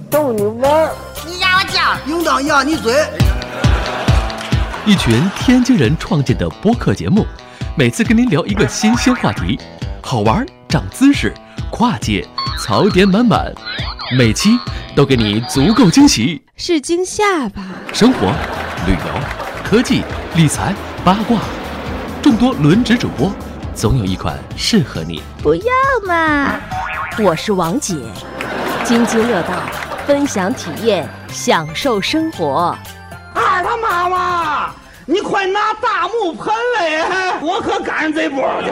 逗你玩。 你压我脚， 应当压你嘴。 一群天津人创建的播客节目，每次跟您聊一个新鲜话题，好玩、长姿势、跨界、槽点满满，每期都给你足够惊喜。 是惊吓吧？ 生活、旅游、科技、理财、八卦，众多轮值主播，总有一款适合你。 不要嘛！我是王姐，津津乐道，分享体验，享受生活。 二他妈妈，你快拿大木盆来，我可赶上这波去。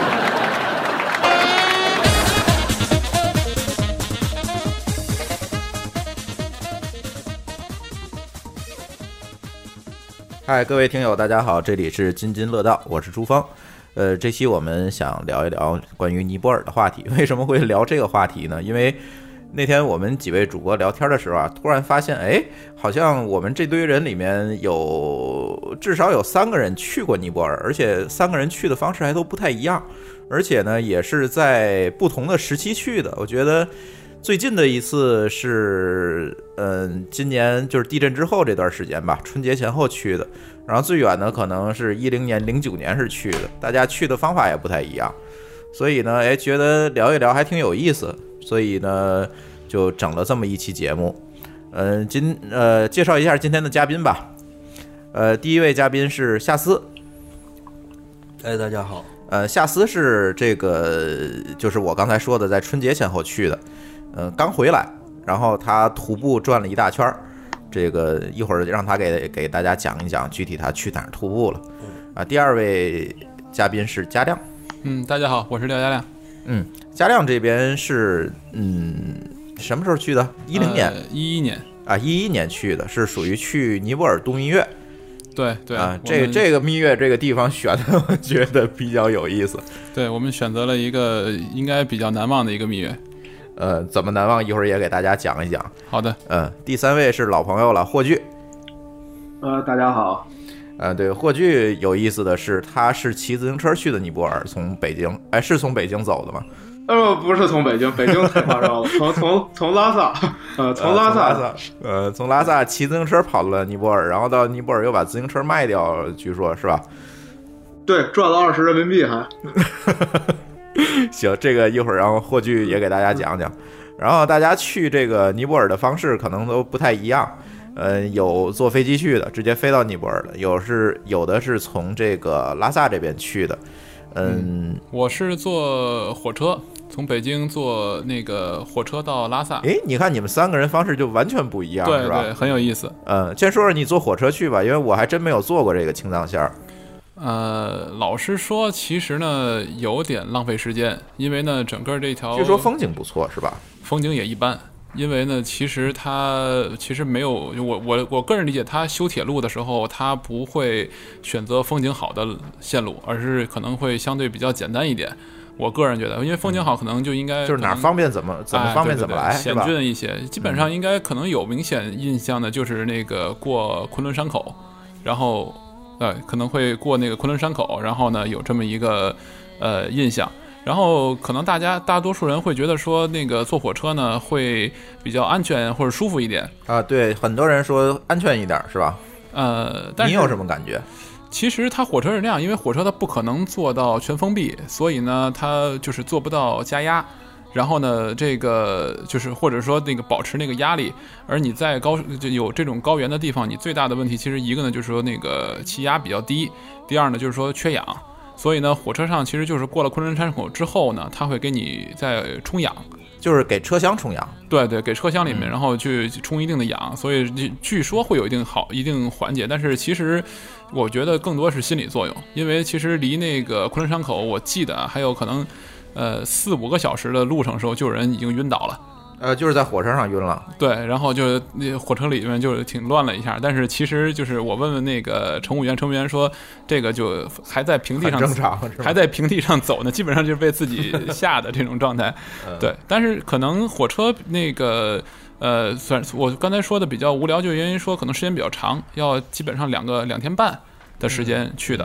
嗨，各位听友，大家好，这里是津津乐道，我是朱峰。这期我们想聊一聊关于尼泊尔的话题。为什么会聊这个话题呢？因为那天我们几位主播聊天的时候啊，突然发现，好像我们这堆人里面至少有3个人去过尼泊尔，而且3个人去的方式还都不太一样，而且呢，也是在不同的时期去的。我觉得最近的一次是，今年就是地震之后这段时间吧，春节前后去的。然后最远的可能是10年、09年是去的，大家去的方法也不太一样，所以呢，觉得聊一聊还挺有意思，所以呢，就整了这么一期节目。介绍一下今天的嘉宾吧。第一位嘉宾是夏思。 大家好。 夏思是这个，就是我刚才说的，在春节前后去的。刚回来，然后他徒步转了一大圈，这个一会儿让他给大家讲一讲具体他去哪儿徒步了。第二位嘉宾是嘉亮。 大家好，我是廖嘉亮。 嘉亮这边是什么时候去的？10年 ，11年啊，11年去的，是属于去尼泊尔度蜜月。 对对啊，这个蜜月这个地方选的，我觉得比较有意思。 对，我们选择了一个应该比较难忘的一个蜜月。 怎么难忘？一会儿也给大家讲一讲。 好的。 第3位是老朋友了，霍炬。 大家好。 对，霍炬有意思的是，他是骑自行车去的尼泊尔，从北京，是从北京走的吗？ 不是从北京，北京太夸张了，从拉萨， 从拉萨骑自行车跑了尼泊尔，然后到尼泊尔又把自行车卖掉，据说是吧？ 对，赚了20人民币还。 行，这个一会儿让霍炬也给大家讲讲。然后大家去这个尼泊尔的方式可能都不太一样，有坐飞机去的，直接飞到尼泊尔的，有的是从这个拉萨这边去的。 我是坐火车，从北京坐那个火车到拉萨。 你看你们3个人方式就完全不一样， 对是吧？ 对，很有意思。 先说说你坐火车去吧，因为我还真没有坐过这个青藏线。 老实说，其实呢有点浪费时间，因为呢整个这条据说风景不错，是吧？ 风景也一般，因为呢其实没有我个人理解，他修铁路的时候，他不会选择风景好的线路，而是可能会相对比较简单一点。我个人觉得，因为风景好，可能就应该就是哪儿方便怎么方便怎么来， 险峻一些。基本上应该可能有明显印象的，就是那个过昆仑山口，然后可能会过那个昆仑山口，然后呢有这么一个印象。然后可能大多数人会觉得说，那个坐火车呢会比较安全或者舒服一点啊。对，很多人说安全一点，是吧？ 但是你有什么感觉？ 其实它火车是这样，因为火车它不可能做到全封闭，所以呢它就是做不到加压，然后呢这个就是或者说那个保持那个压力。而你在有这种高原的地方，你最大的问题其实一个呢就是说那个气压比较低，第二呢就是说缺氧。所以呢火车上其实就是过了昆仑山口之后呢，它会给你再充氧， 就是给车厢充氧。 对对，给车厢里面，然后去充一定的氧，所以据说会有一定缓解。但是其实我觉得更多是心理作用，因为其实离那个昆仑山口，我记得还有可能4-5个小时的路程的时候，就有人已经晕倒了。 就是在火车上晕了。 对，然后就火车里面就挺乱了一下，但是其实就是我问问那个乘务员说，这个就还在平地上， 正常， 还在平地上走呢，基本上就是被自己吓的这种状态。对，但是可能火车那个虽然我刚才说的比较无聊，就原因说可能时间比较长，要基本上2天半的时间去的。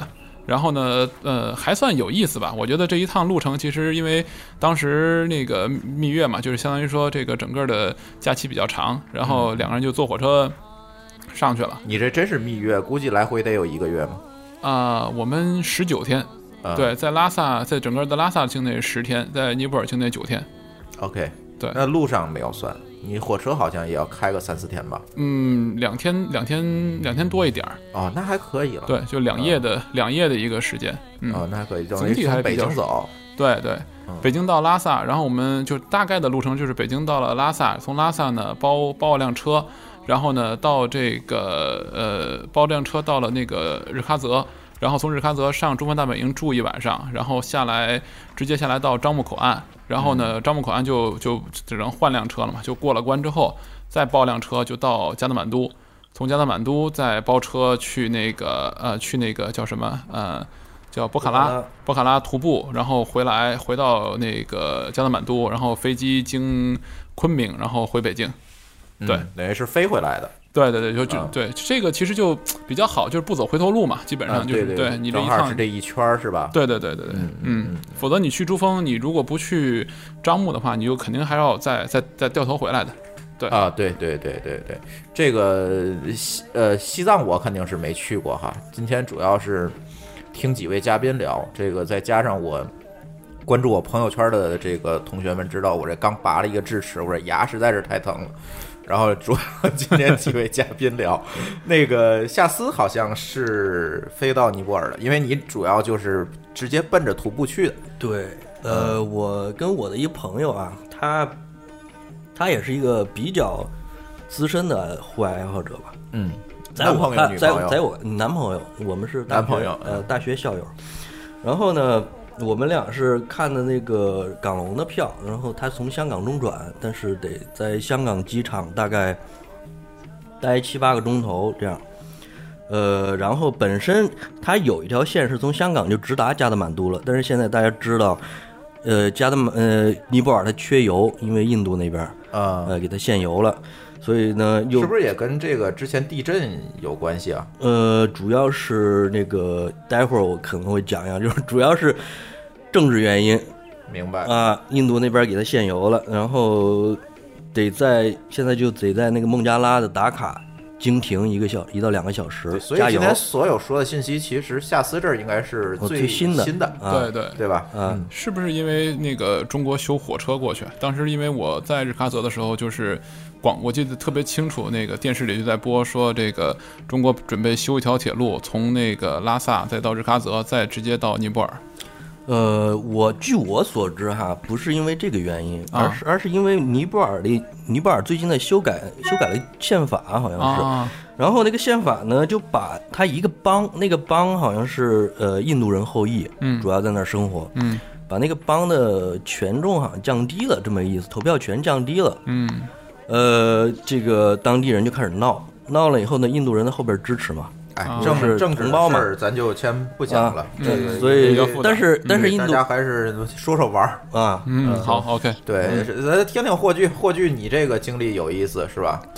然后呢，还算有意思吧。我觉得这一趟路程其实因为当时那个蜜月嘛，就是相当于说这个整个的假期比较长，然后两个人就坐火车上去了。 你这真是蜜月，估计来回得有1个月吗？ 我们19天，对，在拉萨，在整个的拉萨境内10天，在尼泊尔境内9天。 OK， 对， 那路上没有算，你火车好像也要开个3-4天吧 ？2天多一点哦，那还可以了。 对，就2夜的一个时间。 哦，那还可以， 总体还从北京走。 对，北京到拉萨，然后我们就大概的路程就是北京到了拉萨，从拉萨呢包了辆车，然后呢到这个包辆车到了那个日喀则。然后从日喀则上中梵大本营住1晚上，然后直接下来到樟木口岸，然后呢樟木口岸就只能换辆车了嘛，就过了关之后再包辆车就到加德满都，从加德满都再包车去那个叫什么叫博卡拉徒步，然后回到那个加德满都，然后飞机经昆明，然后回北京。对， 等于是飞回来的。 对，对，这个其实就比较好，就是不走回头路嘛，基本上就是、 对你这一趟是这一圈是吧？ 对，否则你去珠峰，你如果不去樟木的话，你就肯定还要再掉头回来的。对啊，对，这个西藏我肯定是没去过哈。今天主要是听几位嘉宾聊这个，再加上我关注我朋友圈的这个同学们知道，我这刚拔了一个智齿，我这牙实在是太疼了。然后主要今天几位嘉宾聊，那个夏思好像是飞到尼泊尔的，因为你主要就是直接奔着徒步去的。 对，我跟我的一个朋友啊，他也是一个比较资深的户外爱好者吧。 男朋友女朋友？ 在我男朋友，我们是男朋友， 大学校友。然后呢，我们俩是看的那个港龙的票，然后他从香港中转，但是得在香港机场大概待7-8个钟头这样。然后本身他有一条线是从香港就直达加德满都了，但是现在大家知道，尼泊尔它缺油，因为印度那边给它限油了。所以呢， 是不是也跟这个之前地震有关系啊？ 主要是那个，待会儿我可能会讲一讲，就是主要是政治原因。 明白啊，印度那边给他限油了，然后现在就得在那个孟加拉的达卡经停1到2个小时， 所以今天所有说的信息，其实夏思这儿应该是最新的，对吧？ 是不是因为那个中国修火车过去？当时因为我在日喀则的时候，就是我记得特别清楚，那个电视里就在播说，这个中国准备修一条铁路，从那个拉萨再到日喀则，再直接到尼泊尔。 据我所知哈，不是因为这个原因，而是因为尼泊尔最近在修改了宪法，好像是。然后那个宪法呢，就把他一个邦，那个邦好像是印度人后裔，主要在那儿生活，把那个邦的权重好像降低了，这么个意思，投票权降低了，这个当地人就开始闹了以后呢，印度人在后边支持嘛。 政治同胞嘛， 咱就先不讲了。这个， 所以但是印度大家还是说玩啊。 好 ，OK， 对，咱听听霍炬，你这个经历有意思是吧？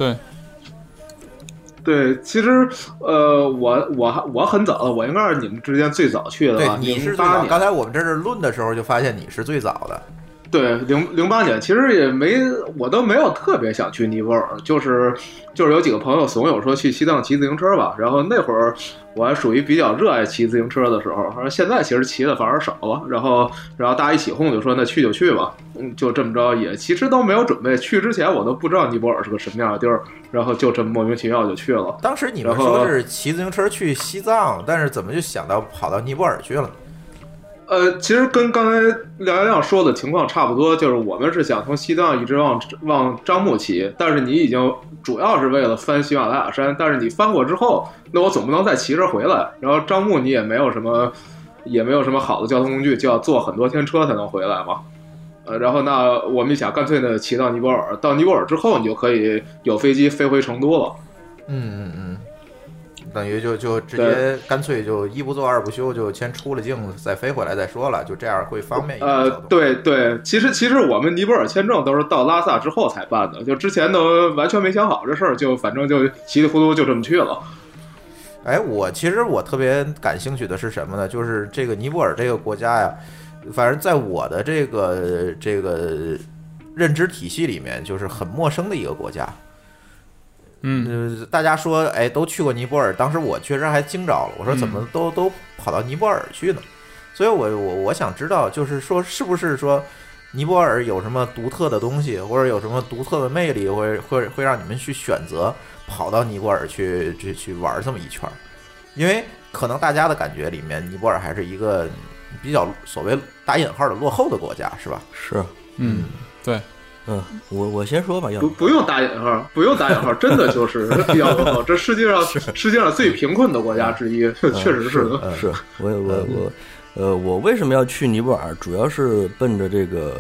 对，其实我很早的，我应该是你们之间最早去的吧？ 对，你是最早。刚才我们这是论的时候就发现你是最早的。 对，08年其实我都没有特别想去尼泊尔，就是有几个朋友怂恿说去西藏骑自行车吧，然后那会儿我还属于比较热爱骑自行车的时候，现在其实骑的反而少了，然后大家一起哄就说那去就去吧，就这么着，也其实都没有准备，去之前我都不知道尼泊尔是个什么样的地儿，然后就这么莫名其妙就去了。 当时你们说是骑自行车去西藏，但是怎么就想到跑到尼泊尔去了？ 其实跟刚才梁亮说的情况差不多，就是我们是想从西藏一直往樟木骑，但是你已经主要是为了翻喜马拉雅山，但是你翻过之后，那我总不能再骑着回来，然后樟木你也没有什么好的交通工具，就要坐很多天车才能回来嘛。然后那我们一想，干脆呢骑到尼泊尔，到尼泊尔之后你就可以有飞机飞回成都了。 等于就直接干脆就一不做二不休，就先出了境再飞回来再说了，就这样会方便一点。 对，其实我们尼泊尔签证都是到拉萨之后才办的，就之前都完全没想好这事儿，就反正就稀里糊涂就这么去了。 哎，其实我特别感兴趣的是什么呢？就是这个尼泊尔这个国家呀，反正在我的这个认知体系里面，就是很陌生的一个国家。大家说，哎，都去过尼泊尔，当时我确实还惊着了，我说怎么都跑到尼泊尔去呢？所以我想知道，就是说是不是说尼泊尔有什么独特的东西，或者有什么独特的魅力，会让你们去选择跑到尼泊尔去玩这么一圈？因为可能大家的感觉里面，尼泊尔还是一个比较所谓打引号的落后的国家，是吧？ 是， 对。 我先说吧，要不用打引号，不用打引号，真的就是比较落后。这世界上最贫困的国家之一，确实是。 是我为什么要去尼泊尔？主要是奔着这个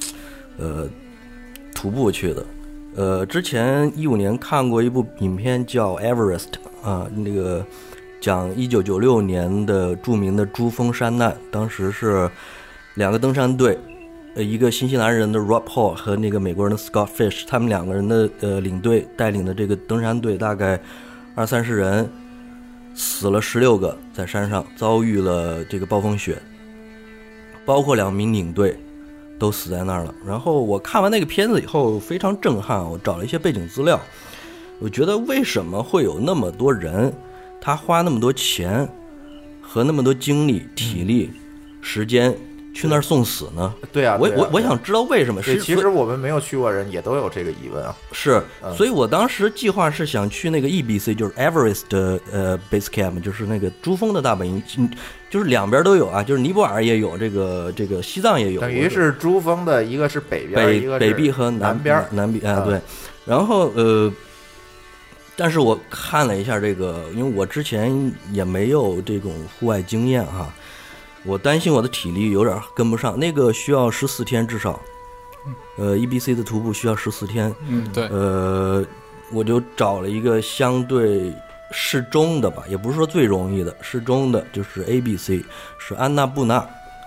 徒步去的。之前15年看过一部影片叫《Everest》啊，那个讲1996年的著名的珠峰山难，当时是2个登山队。一个新西兰人的 Rob Hall 和那个美国人的 Scott Fish， 他们2个人的领队带领的这个登山队大概20-30人，死了16个，在山上遭遇了这个暴风雪，包括2名领队都死在那儿了。然后我看完那个片子以后非常震撼，我找了一些背景资料，我觉得为什么会有那么多人他花那么多钱和那么多精力、体力、时间去那儿送死呢？ 对啊， 我想知道为什么。 其实我们没有去过人也都有这个疑问啊。 是，所以我当时计划是想去那个 EBC， 就是 Everest 的Base Camp， 就是那个珠峰的大本营，就是两边都有啊，就是尼泊尔也有，这个西藏也有， 等于是珠峰的一个是北边，一个是北壁和南壁啊，对。然后但是我看了一下这个，因为我之前也没有这种户外经验哈。我担心我的体力有点跟不上，那个需要14天至少，EBC 的徒步需要14天， 对， 我就找了一个相对适中的吧，也不是说最容易的，适中的就是 ABC， 是安纳布纳，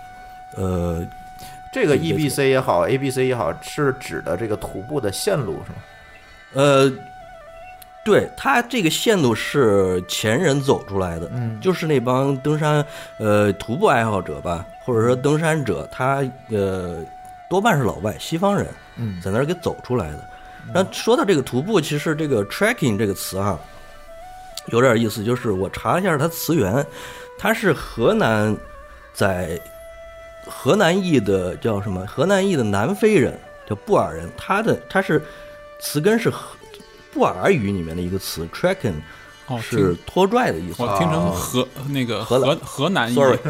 这个 EBC 也好 ，ABC 也好，是指的这个徒步的线路是吗？ 对，他这个线路是前人走出来的，就是那帮登山徒步爱好者吧，或者说登山者，他多半是老外西方人，在那儿给走出来的。然后说到这个徒步，其实这个 trekking 这个词啊，有点意思，就是我查了一下它词源，它是河南裔的叫什么？河南裔的南非人叫布尔人，他是词根是布尔语里面的一个词 trekking， 是拖拽的意思。 我听成河南裔 ，sorry，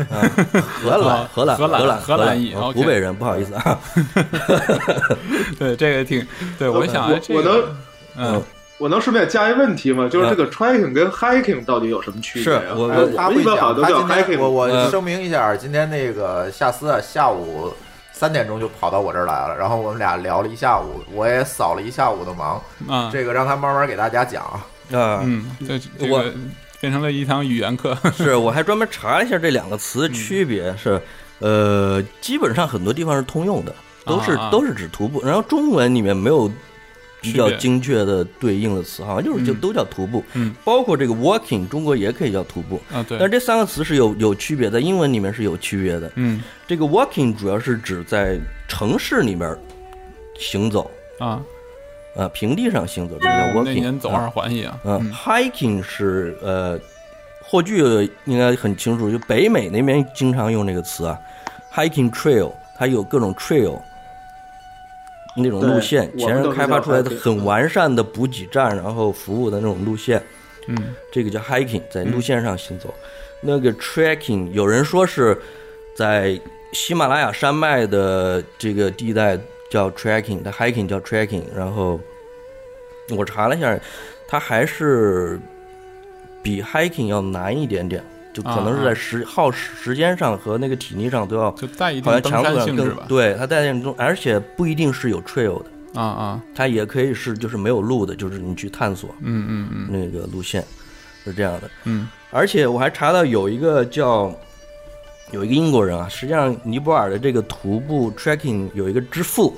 荷兰裔，湖北人，不好意思啊。 对，这个挺对，我想我能顺便加一问题吗？就是这个 trekking 跟 hiking 到底有什么区别？ 他一般好都叫 hiking。 我声明一下，今天那个夏思啊，下午3点钟就跑到我这儿来了，然后我们俩聊了一下午，我也扫了一下午的盲啊。这个让他慢慢给大家讲啊。 这个变成了一堂语言课。 是，我还专门查了一下这2个词的区别，是基本上很多地方是通用的，都是指徒步，然后中文里面没有比较精确的对应的词，好像就都叫徒步，包括这个 walking， 中国也可以叫徒步啊，对。 但是这3个词是有区别的，英文里面是有区别的。这个 walking 主要是指在城市里面行走啊，平地上行走，这个叫 walking。那年走2环一样。 hiking 是霍炬应该很清楚，就北美那边经常用这个词啊 ，hiking trail， 它有各种 trail。那种路线，前人开发出来的很完善的补给站，然后服务的那种路线，这个叫 hiking， 在路线上行走。那个 trekking， 有人说是在喜马拉雅山脉的这个地带叫 trekking， 它 hiking 叫 trekking， 然后我查了一下，它还是比 hiking 要难一点点。就可能是在耗时间上和那个体力上都要， 就带一定登山性质吧。 对，它带一定，而且不一定是有 trail 的它也可以是就是没有路的，就是你去探索，那个路线是这样的。而且我还查到有一个英国人啊，实际上尼泊尔的这个徒步 trekking 有一个之父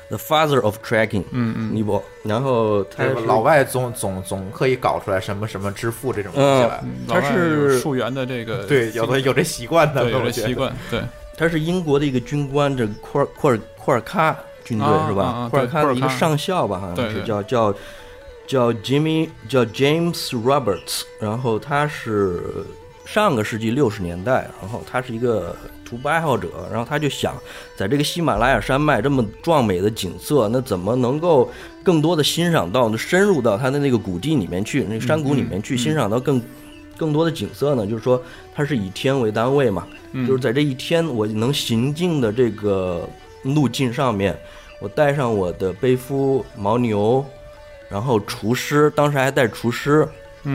The Father of Trekking，尼泊尔。然后他老外总可以搞出来什么什么之父这种东西来。 他是溯源的这个， 对，有这习惯的， 对，有这习惯，对。 他是英国的一个军官，这库尔喀军队是吧？库尔喀的一个上校吧，好像是叫 James Roberts， 然后他是上个世纪60年代，然后他是一个徒步爱好者，然后他就想在这个喜马拉雅山脉这么壮美的景色，那怎么能够更多的欣赏到，深入到他的那个谷地里面去，那山谷里面去欣赏到更多的景色呢？就是说它是以天为单位嘛，就是在这一天我能行进的这个路径上面，我带上我的背夫牦牛，然后厨师，当时还带厨师，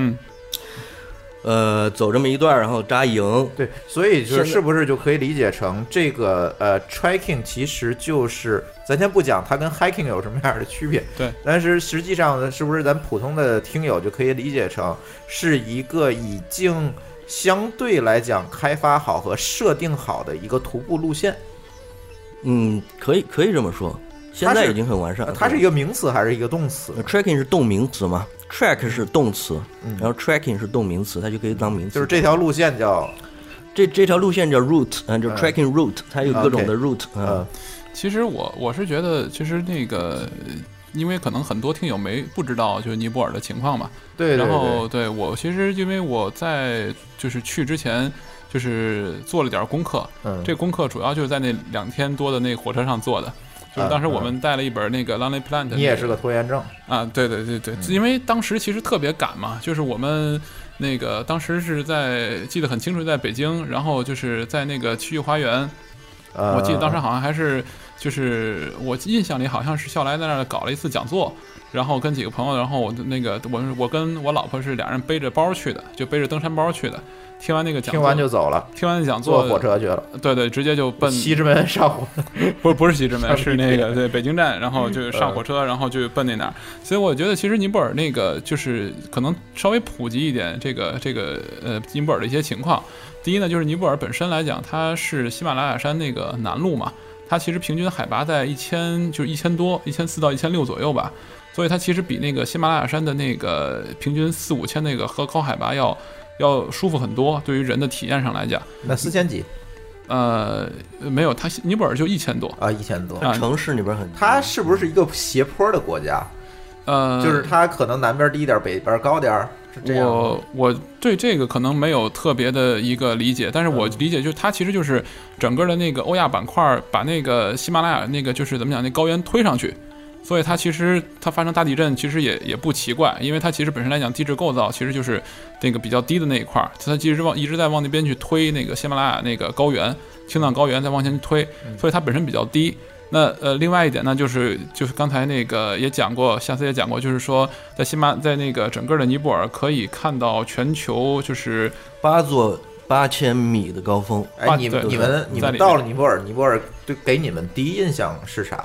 走这么一段，然后扎营。 对，所以是不是就可以理解成这个trekking 其实就是咱先不讲它跟 hiking 有什么样的区别， 对， 但是实际上呢，是不是咱普通的听友就可以理解成是一个已经相对来讲开发好和设定好的一个徒步路线？ 可以这么说，现在已经很完善了。 它是一个名词还是一个动词 ？trekking 是动名词嘛？track 是动词，然后 trekking 是动名词，它就可以当名词。 就是这条路线叫这条路线叫 route， 就 trekking route， 它有各种的 route。 其实我是觉得，其实那个，因为可能很多听友不知道就是尼泊尔的情况嘛。 对。 然后对我其实因为我在就是去之前就是做了点功课，这功课主要就是在那2天多的那个火车上做的。就是当时我们带了一本那个 Lonely Planet， 你也是个拖延症啊？对，因为当时其实特别赶嘛，就是我们那个当时是记得很清楚，在北京，然后就是在那个区域花园，我记得当时好像还是就是我印象里好像是笑来在那儿搞了一次讲座，然后跟几个朋友，然后我跟我老婆是2人背着包去的，就背着登山包去的。听完那个讲座， 听完就走了。 听完讲座， 坐火车去了。 对，直接就奔西直门上火。 不是西直门，是那个对北京站，然后就上火车，然后就奔那哪儿。所以我觉得其实尼泊尔那个就是可能稍微普及一点这个尼泊尔的一些情况。第一呢，就是尼泊尔本身来讲，它是喜马拉雅山那个南麓嘛，它其实平均海拔在1000多，1400到1600左右吧。所以它其实比那个喜马拉雅山的那个平均4-5千那个和高海拔要舒服很多，对于人的体验上来讲。 那4000几？ 没有，它尼泊尔就1000多啊 ，1000多。 城市里边很， 它是不是一个斜坡的国家？就是它可能南边低一点，北边高点，是这样。 我对这个可能没有特别的一个理解，但是我理解就是它其实就是整个的那个欧亚板块把那个喜马拉雅那个就是怎么讲那高原推上去。所以它其实发生大地震其实也不奇怪，因为它其实本身来讲地质构造其实就是那个比较低的那一块，它一直在往那边去推那个喜马拉雅那个高原青藏高原再往前去推，所以它本身比较低。那另外一点呢，就是刚才那个也讲过，下次也讲过，就是说在那个整个的尼泊尔可以看到全球就是 8座8000米的高峰。 哎，你们到了尼泊尔对给你们第一印象是啥？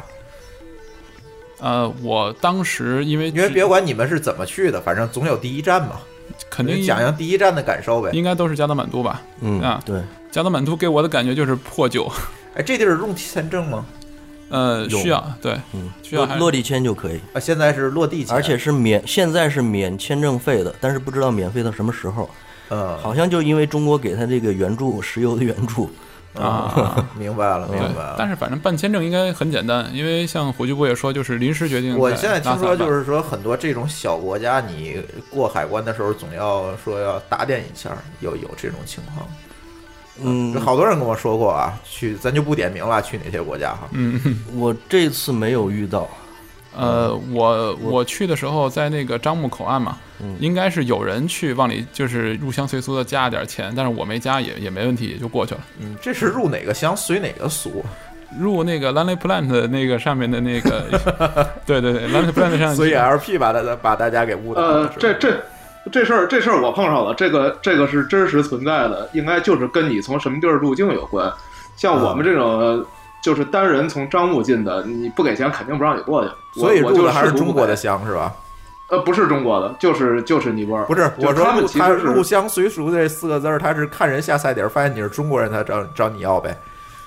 我当时因为别管你们是怎么去的，反正总有第一站嘛， 肯定讲第一站的感受呗。 应该都是加德满都吧？ 对， 加德满都给我的感觉就是破旧。 哎，这地儿用签证吗？ 需要，对，需要落地签就可以啊。现在是落地签， 而且是现在是免签证费的，但是不知道免费到什么时候。好像就因为中国给他这个援助，石油的援助。 明白了。 但是反正办签证应该很简单，因为像火炬部也说，就是临时决定。 我现在听说就是说很多这种小国家，你过海关的时候总要说要打点一下，有这种情况。好多人跟我说过啊，咱就不点名了，去哪些国家哈。 我这次没有遇到。 我去的时候在那个樟木口岸嘛，应该是有人去往里就是入乡随俗的加点钱，但是我没加也没问题，也就过去了。 这是入哪个乡随哪个俗？ 入那个 Lonely Planet 那个上面的那个，对 Lonely Planet 上， 所以 LP 把大家给误导了。 这事儿我碰上了，这个是真实存在的，应该就是跟你从什么地儿入境有关。像我们这种。就是单人从樟木进的，你不给钱肯定不让你过去。 所以入的还是中国的乡是吧？ 不是中国的，就是尼泊尔。 不是，我说他入乡随俗这4个字，他是看人下菜碟，发现你是中国人，他找你要呗。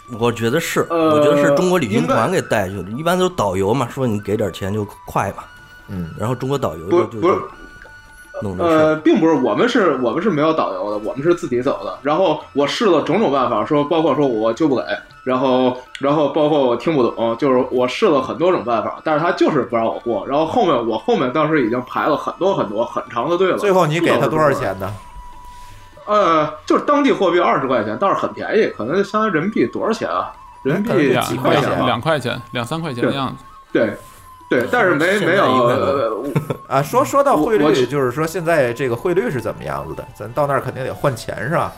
我觉得是，我觉得是中国旅行团给带去的，一般都是导游嘛，说你给点钱就快嘛，然后中国导游就弄的并不是，我们是没有导游的，我们是自己走的。然后我试了种种办法，包括说我就不给，然后包括我听不懂，就是我试了很多种办法，但是他就是不让我过。然后我后面当时已经排了很多很长的队了。 最后你给他多少钱呢？ 就是当地货币20块钱，倒是很便宜，可能相当于人民币多少钱啊？人民币几块钱，2块钱，2-3块钱的样子。 对，但是没有啊。说到汇率，就是说现在这个汇率是怎么样子的？咱到那儿肯定得换钱是吧？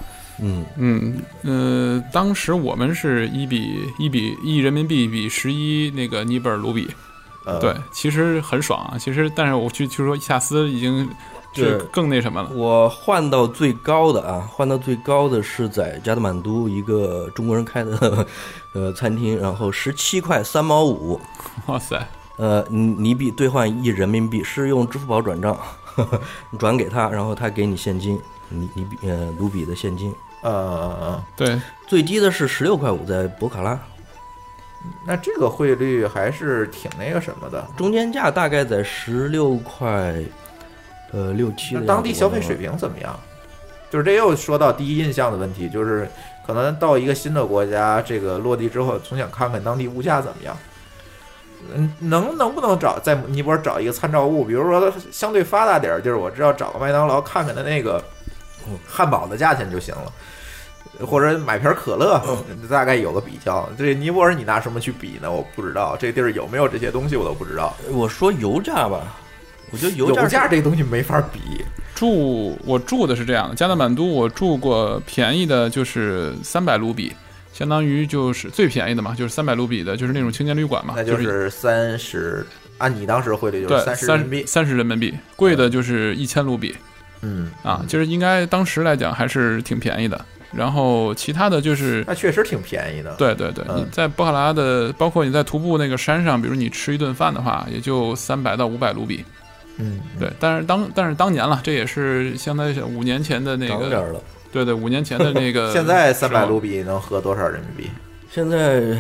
当时我们是1人民币比11那个尼泊尔卢比，对，其实很爽啊。其实，但是我去说夏斯已经是更那什么了。 我换到最高的是在加德满都一个中国人开的餐厅，然后17块3毛5。 哇塞！ 尼币兑换1人民币，是用支付宝转账，转给他，然后他给你现金，卢比的现金。 对， 最低的是16块5，在博卡拉。 那这个汇率还是挺那个什么的， 中间价大概在16块6、7。 那当地消费水平怎么样？就是这又说到第一印象的问题，就是可能到一个新的国家，这个落地之后，总想看看当地物价怎么样。能不能在尼泊尔找一个参照物？比如说相对发达点儿，就是我知道找个麦当劳看看的那个汉堡的价钱就行了，或者买瓶可乐，大概有个比较。这尼泊尔你拿什么去比呢？我不知道这地儿有没有这些东西，我都不知道。 我说油价吧，我觉得油价这东西没法比。 我住的是这样的，加德满都我住过，便宜的就是300卢比。相当于就是最便宜的嘛，就是300卢比的，就是那种青年旅馆嘛， 那就是30，按你当时汇率就是30人民币 ，30人民币，贵的就是1000卢比，就是应该当时来讲还是挺便宜的。然后其他的就是那确实挺便宜的， 对，你在博卡拉的，包括你在徒步那个山上，比如你吃一顿饭的话，也就300到500卢比，对，但是当年了，这也是相当于5年前的那个涨点了。 对，5年前的那个现在300卢比能合多少人民币？ 现在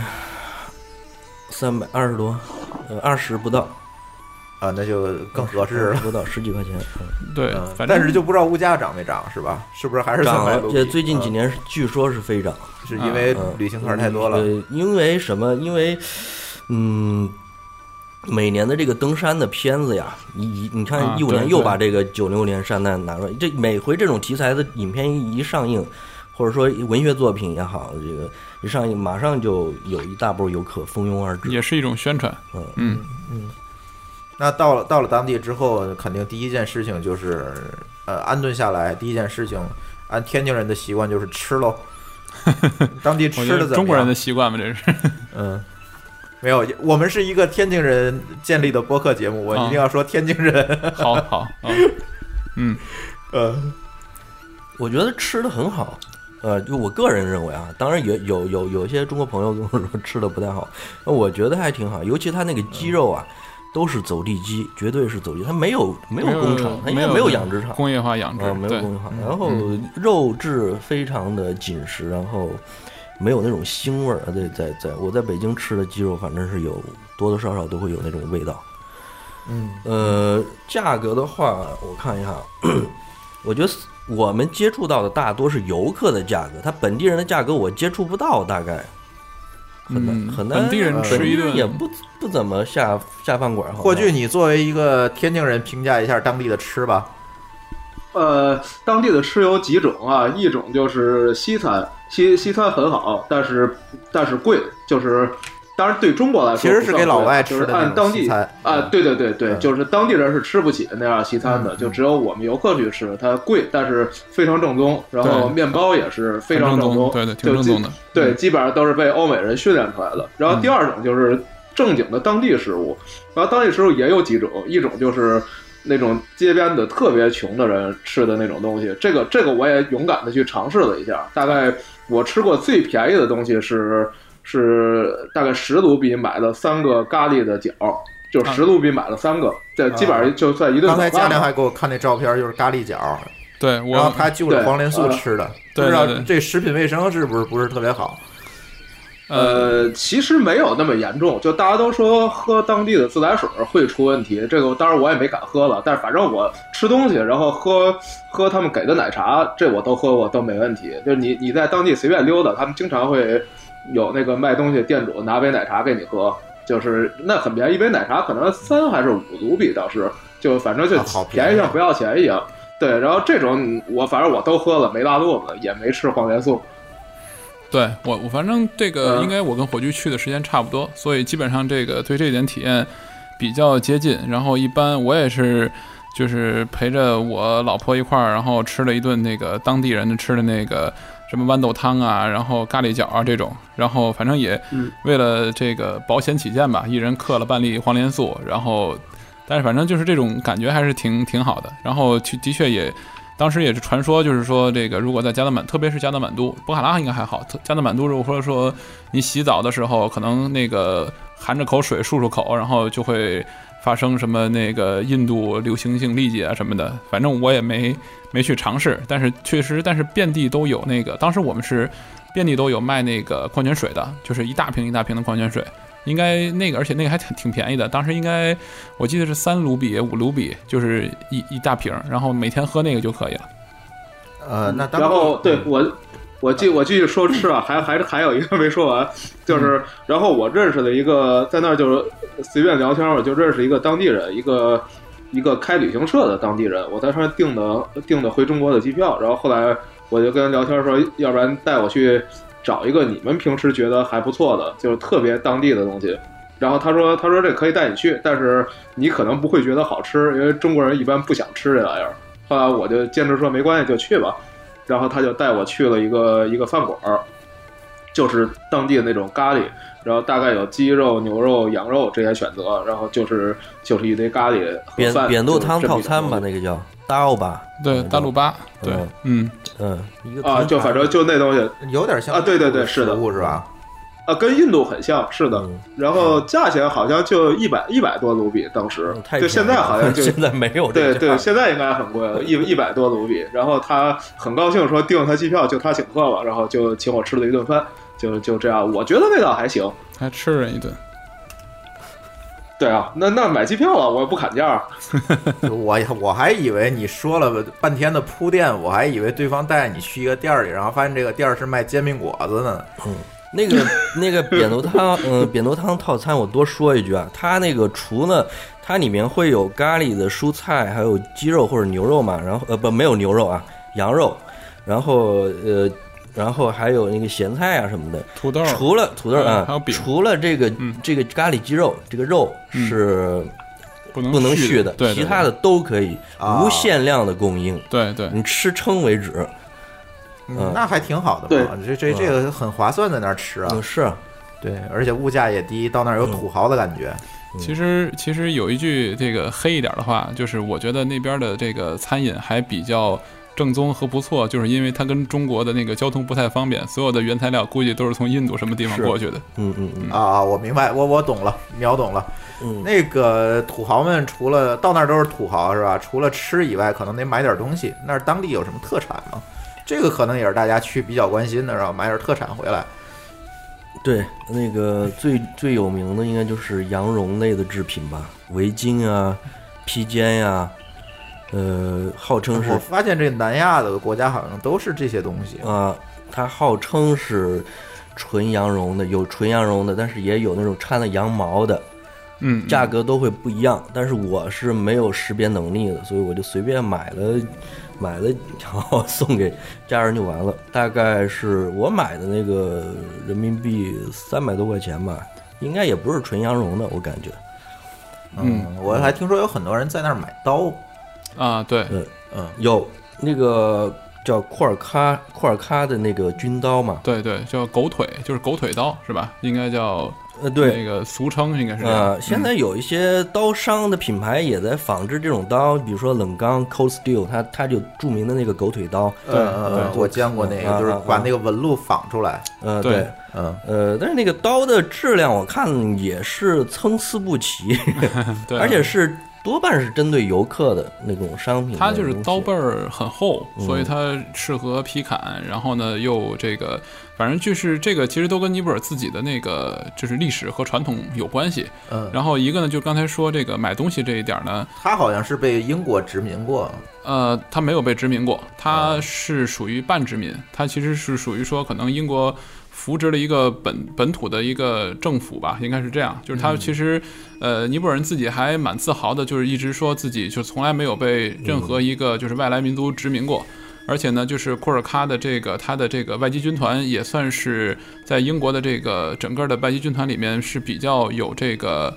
320多，20不到啊，那就更合适了， 不到10几块钱。 对， 但是就不知道物价涨没涨，是吧？是不是还是300卢比？ 最近几年据说是飞涨， 是因为旅行团太多了。 因为什么？因为每年的这个登山的片子呀，你看15年又把这个96年山难拿出来，这每回这种题材的影片一上映，或者说文学作品也好，这个一上映马上就有一大波游客蜂拥而至， 也是一种宣传。 那到了当地之后，肯定第一件事情就是安顿下来，第一件事情按天津人的习惯就是吃喽。当地吃的怎么样？ 中国人的习惯吗？这是没有，我们是一个天津人建立的播客节目，我一定要说天津人。 好， 我觉得吃的很好，就我个人认为啊，当然也有些中国朋友跟我说吃的不太好，我觉得还挺好，尤其他那个鸡肉啊，都是走地鸡，绝对是走地，它没有工厂，它应该没有养殖场， 工业化养殖， 没有工业化，然后肉质非常的紧实，然后没有那种腥味儿。在我在北京吃的鸡肉，反正是有多多少少都会有那种味道。价格的话，我看一下，我觉得我们接触到的大多是游客的价格，他本地人的价格我接触不到，大概很难。 本地人吃一顿也不怎么下饭馆。 霍炬，你作为一个天津人，评价一下当地的吃吧。 当地的吃有几种啊，一种就是西餐，西餐很好，但是贵，就是当然对中国来说其实是给老外吃的， 就是按当地对，就是当地人是吃不起那样西餐的，就只有我们游客去吃，它贵，但是非常正宗，然后面包也是非常正宗， 对，挺正宗的， 对，基本上都是被欧美人训练出来的。然后第二种就是正经的当地食物，然后当地食物也有几种，一种就是那种街边的特别穷的人吃的那种东西，这个我也勇敢的去尝试了一下。大概我吃过最便宜的东西是大概10卢比买了3个咖喱的饺，就10卢比买了3个，这基本上就算一顿。 刚才嘉良还给我看那照片，就是咖喱饺， 对， 然后他就着黄连素吃的， 不知道这食品卫生是不是特别好？ 其实没有那么严重，就大家都说喝当地的自来水会出问题，这个当然我也没敢喝了，但是反正我吃东西，然后喝他们给的奶茶，这我都喝过，都没问题。就是你在当地随便溜达，他们经常会有那个卖东西店主拿杯奶茶给你喝，就是那很便宜，一杯奶茶可能3还是5卢比，当时就反正就便宜像不要钱一样。对，然后这种反正我都喝了，没拉肚子，也没吃黄连素。 对我反正这个应该我跟火炬去的时间差不多，所以基本上这个对这点体验比较接近。然后一般我也是就是陪着我老婆一块儿，然后吃了一顿那个当地人吃的那个什么豌豆汤啊，然后咖喱饺啊这种，然后反正也为了这个保险起见吧，一人嗑了半粒黄连素，然后但是反正就是这种感觉还是挺好的。然后的确也当时也是传说，就是说这个如果在加德满，特别是加德满都，博卡拉应该还好，加德满都如果说你洗澡的时候可能那个含着口水漱口，然后就会发生什么那个印度流行性痢疾啊什么的，反正我也没去尝试，但是确实遍地都有那个，当时我们是遍地都有卖那个矿泉水的，就是一大瓶一大瓶的矿泉水，应该那个而且那个还挺便宜的，当时应该我记得是3卢比5卢比，就是一大瓶，然后每天喝那个就可以了。 那然后对我继续说吃啊，还有一个没说完，就是然后我认识了一个在那儿就是随便聊天，我就认识一个当地人，一个开旅行社的当地人，我在上面订的回中国的机票，然后后来我就跟他聊天说，要不然带我去找一个你们平时觉得还不错的，就是特别当地的东西。然后他说这可以带你去，但是你可能不会觉得好吃，因为中国人一般不想吃这玩意儿。后来我就坚持说没关系就去吧。然后他就带我去了一个饭馆，就是当地的那种咖喱，然后大概有鸡肉、牛肉、羊肉这些选择，然后就是一堆咖喱和饭。 扁豆汤套餐吧，那个叫大奥巴， 对，大鲁巴，对， 一个就反正就那东西有点像对，是的， 是吧？ 跟印度很像，是的。然后价钱好像就100多卢比，当时就现在好像就现在没有这个。 对，现在应该很贵了，100多卢比。然后他很高兴说订他机票就他请客了，然后就请我吃了一顿饭，就这样。我觉得味道还行， 还吃人一顿。 对啊，那买机票了，我也不砍价。 我还以为你说了半天的铺垫，我还以为对方带你去一个店里，然后发现这个店是卖煎饼果子呢。 那个扁豆汤，扁豆汤套餐我多说一句啊，它那个除了它里面会有咖喱的蔬菜，还有鸡肉或者牛肉嘛，然后没有牛肉啊，羊肉，然后还有那个咸菜啊什么的， 土豆， 除了土豆啊， 还有饼， 除了这个咖喱鸡肉，这个肉是不能续的， 对， 其他的都可以无限量的供应， 对， 你吃撑为止。 那还挺好的嘛，这个很划算，在那儿吃啊， 是， 对，而且物价也低，到那儿有土豪的感觉。 其实有一句这个黑一点的话，就是我觉得那边的这个餐饮还比较正宗和不错，就是因为它跟中国的那个交通不太方便，所有的原材料估计都是从印度什么地方过去的。 我明白，我懂了，秒懂了。那个土豪们除了到那儿都是土豪是吧？除了吃以外，可能得买点东西。那儿当地有什么特产吗？这个可能也是大家去比较关心的，然后买点特产回来。 对，那个最有名的应该就是羊绒类的制品吧，围巾啊、披肩呀，号称是。 我发现这南亚的国家好像都是这些东西啊，它号称是纯羊绒的，有纯羊绒的，但是也有那种掺了羊毛的，价格都会不一样。但是我是没有识别能力的，所以我就随便买了，然后送给家人就完了。大概是我买的那个人民币300多块钱吧，应该也不是纯羊绒的，我感觉。 我还听说有很多人在那儿买刀啊，对， 有那个叫库尔喀的那个军刀嘛， 对，叫狗腿，就是狗腿刀是吧？应该叫。 对， 那个俗称应该是现在有一些刀商的品牌也在仿制这种刀，比如说冷钢 Cold Steel， 它就著名的那个狗腿刀。 对， 我见过那个，就是把那个纹路仿出来。 对，但是那个刀的质量我看也是参差不齐， 对， 而且是多半是针对游客的那种商品。 它就是刀背儿很厚，所以它适合劈砍，然后呢又这个，反正就是这个其实都跟尼泊尔自己的那个就是历史和传统有关系。然后一个呢就刚才说这个买东西这一点呢， 它好像是被英国殖民过。 它没有被殖民过，它是属于半殖民，它其实是属于说可能英国扶植了一个本土的一个政府吧，应该是这样。就是他其实，尼泊尔人自己还蛮自豪的，就是一直说自己就从来没有被任何一个就是外来民族殖民过。而且呢，就是库尔喀的他的这个外籍军团也算是在英国的这个整个的外籍军团里面是比较有这个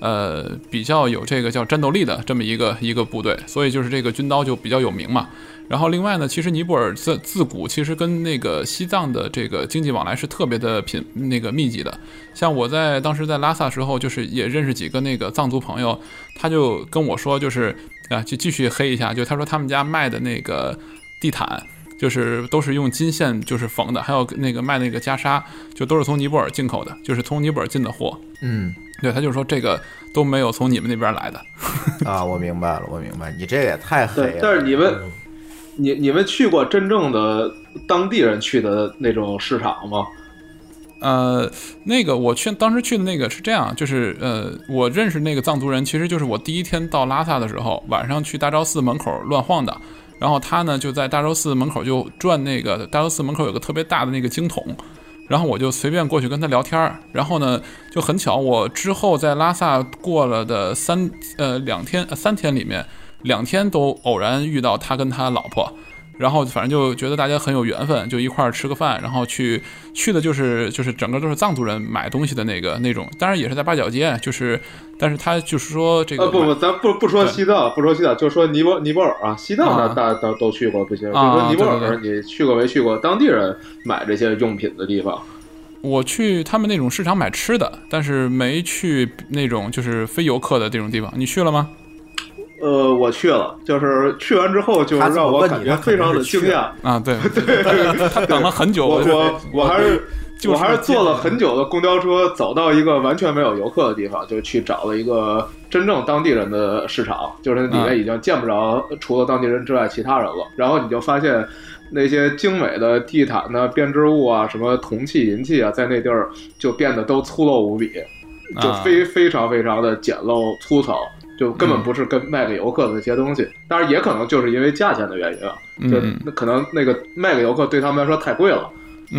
叫战斗力的这么一个部队，所以就是这个军刀就比较有名嘛。然后另外呢，其实尼泊尔自古其实跟那个西藏的这个经济往来是特别的密集的。像我当时在拉萨时候，就是也认识几个那个藏族朋友，他就跟我说，就是就继续黑一下，就他说他们家卖的那个地毯，就是都是用金线就是缝的，还有那个卖那个袈裟，就都是从尼泊尔进口的，就是从尼泊尔进的货。对，他就说这个都没有从你们那边来的。 啊，我明白了，你这个也太黑了。 但是你们去过真正的当地人去的那种市场吗？ 那个我当时去的那个是这样，就是我认识那个藏族人，其实就是我第一天到拉萨的时候，晚上去大昭寺门口乱晃的。然后他呢就在大昭寺门口就转那个大昭寺门口有个特别大的那个经筒，然后我就随便过去跟他聊天。然后呢就很巧，我之后在拉萨过了的3天里面，2天都偶然遇到他跟他老婆。然后反正就觉得大家很有缘分，就一块儿吃个饭，然后去的就是整个都是藏族人买东西的那种，当然也是在八角街，但是他就是说这个咱不说西藏，就说尼泊尔啊，西藏大家都去过不行，就说尼泊尔你去过没去过当地人买这些用品的地方？ 我去他们那种市场买吃的，但是没去那种就是非游客的这种地方。你去了吗？ 我去了，就是去完之后就让我感觉非常的惊讶啊！对，他等了很久， 我还是坐了很久的公交车，走到一个完全没有游客的地方，就去找了一个真正当地人的市场，就是里面已经见不着除了当地人之外其他人了。然后你就发现那些精美的地毯呢、编织物啊、什么铜器、银器啊，在那地儿就变得都粗陋无比，就非常非常的简陋粗糙。就根本不是跟卖给游客的那些东西，当然也可能就是因为价钱的原因啊，就可能那个卖给游客对他们来说太贵了，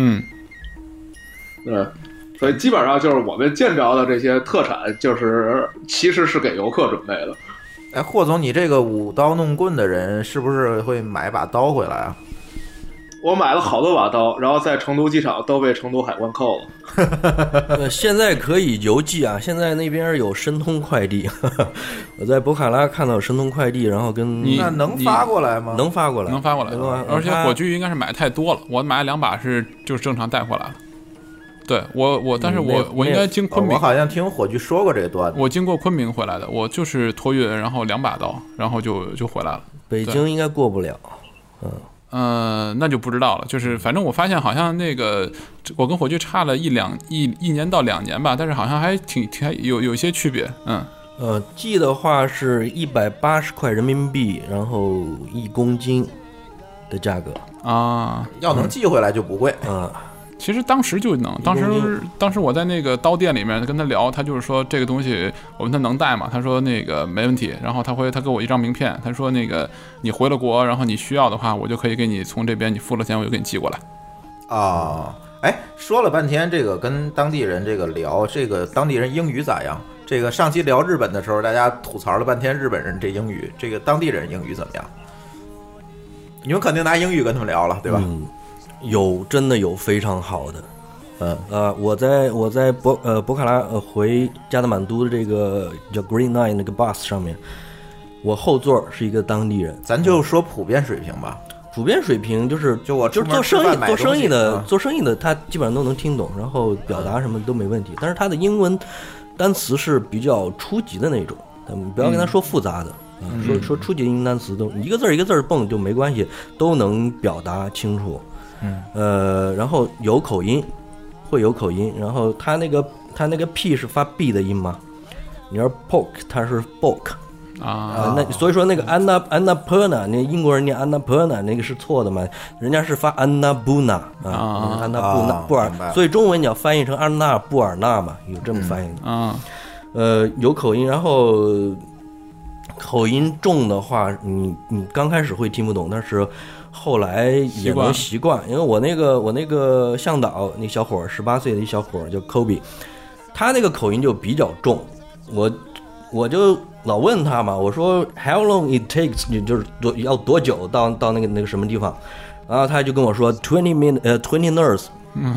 所以基本上就是我们见着的这些特产，就是其实是给游客准备的。 哎，霍总，你这个舞刀弄棍的人是不是会买把刀回来啊？ 我买了好多把刀，然后在成都机场都被成都海关扣了。 现在可以邮寄啊，现在那边有申通快递。我在博卡拉看到申通快递，然后那能发过来吗？ 能发过来， 而且火炬应该是买太多了，我买2把就是正常带回来了。对但是我应该经昆明， 我好像听火炬说过这个段子。 我经过昆明回来的，我就是托运，然后2把刀，然后就回来了。 北京应该过不了， 那就不知道了。就是反正我发现好像那个我跟火炬差了一年到2年吧，但是好像还有一些区别。 寄的话是180块人民币，然后1公斤的价格啊。 要能寄回来就不贵其实当时就能，当时我在那个刀店里面跟他聊，他就是说这个东西我问他能带吗？他说那个没问题。然后他给我一张名片，他说那个你回了国，然后你需要的话，我就可以给你从这边你付了钱，我就给你寄过来。 哎，说了半天这个跟当地人这个聊，这个当地人英语咋样？这个上期聊日本的时候，大家吐槽了半天日本人这英语，这个当地人英语怎么样？你们肯定拿英语跟他们聊了，对吧？ 真的有非常好的，我在博卡拉回加德满都的这个叫 Green Line 那个 bus 上面，我后座是一个当地人， 咱就说普遍水平吧。 普遍水平就是我就是做生意的，他基本上都能听懂，然后表达什么都没问题。但是他的英文单词是比较初级的那种，不要跟他说复杂的，说初级英文单词都一个字一个字蹦就没关系，都能表达清楚。然后有口音，会有口音，然后他那个 P 是发 B 的音吗？你要 poke 它是 poke， 那所以说那个 Annapurna 那英国人念 Annapurna 那个是错的嘛，人家是发 Annapurna 安娜布尔，所以中文你要翻译成安娜布尔纳嘛，有这么翻译有口音，然后口音重的话，你刚开始会听不懂，但是后来也能习惯。因为我那个向导那小伙，18岁的一小伙叫 Kobe， 他那个口音就比较重，我就老问他嘛，我说 How long it takes， 你就是要多久到那个什么地方，然后他就跟我说20 nurse，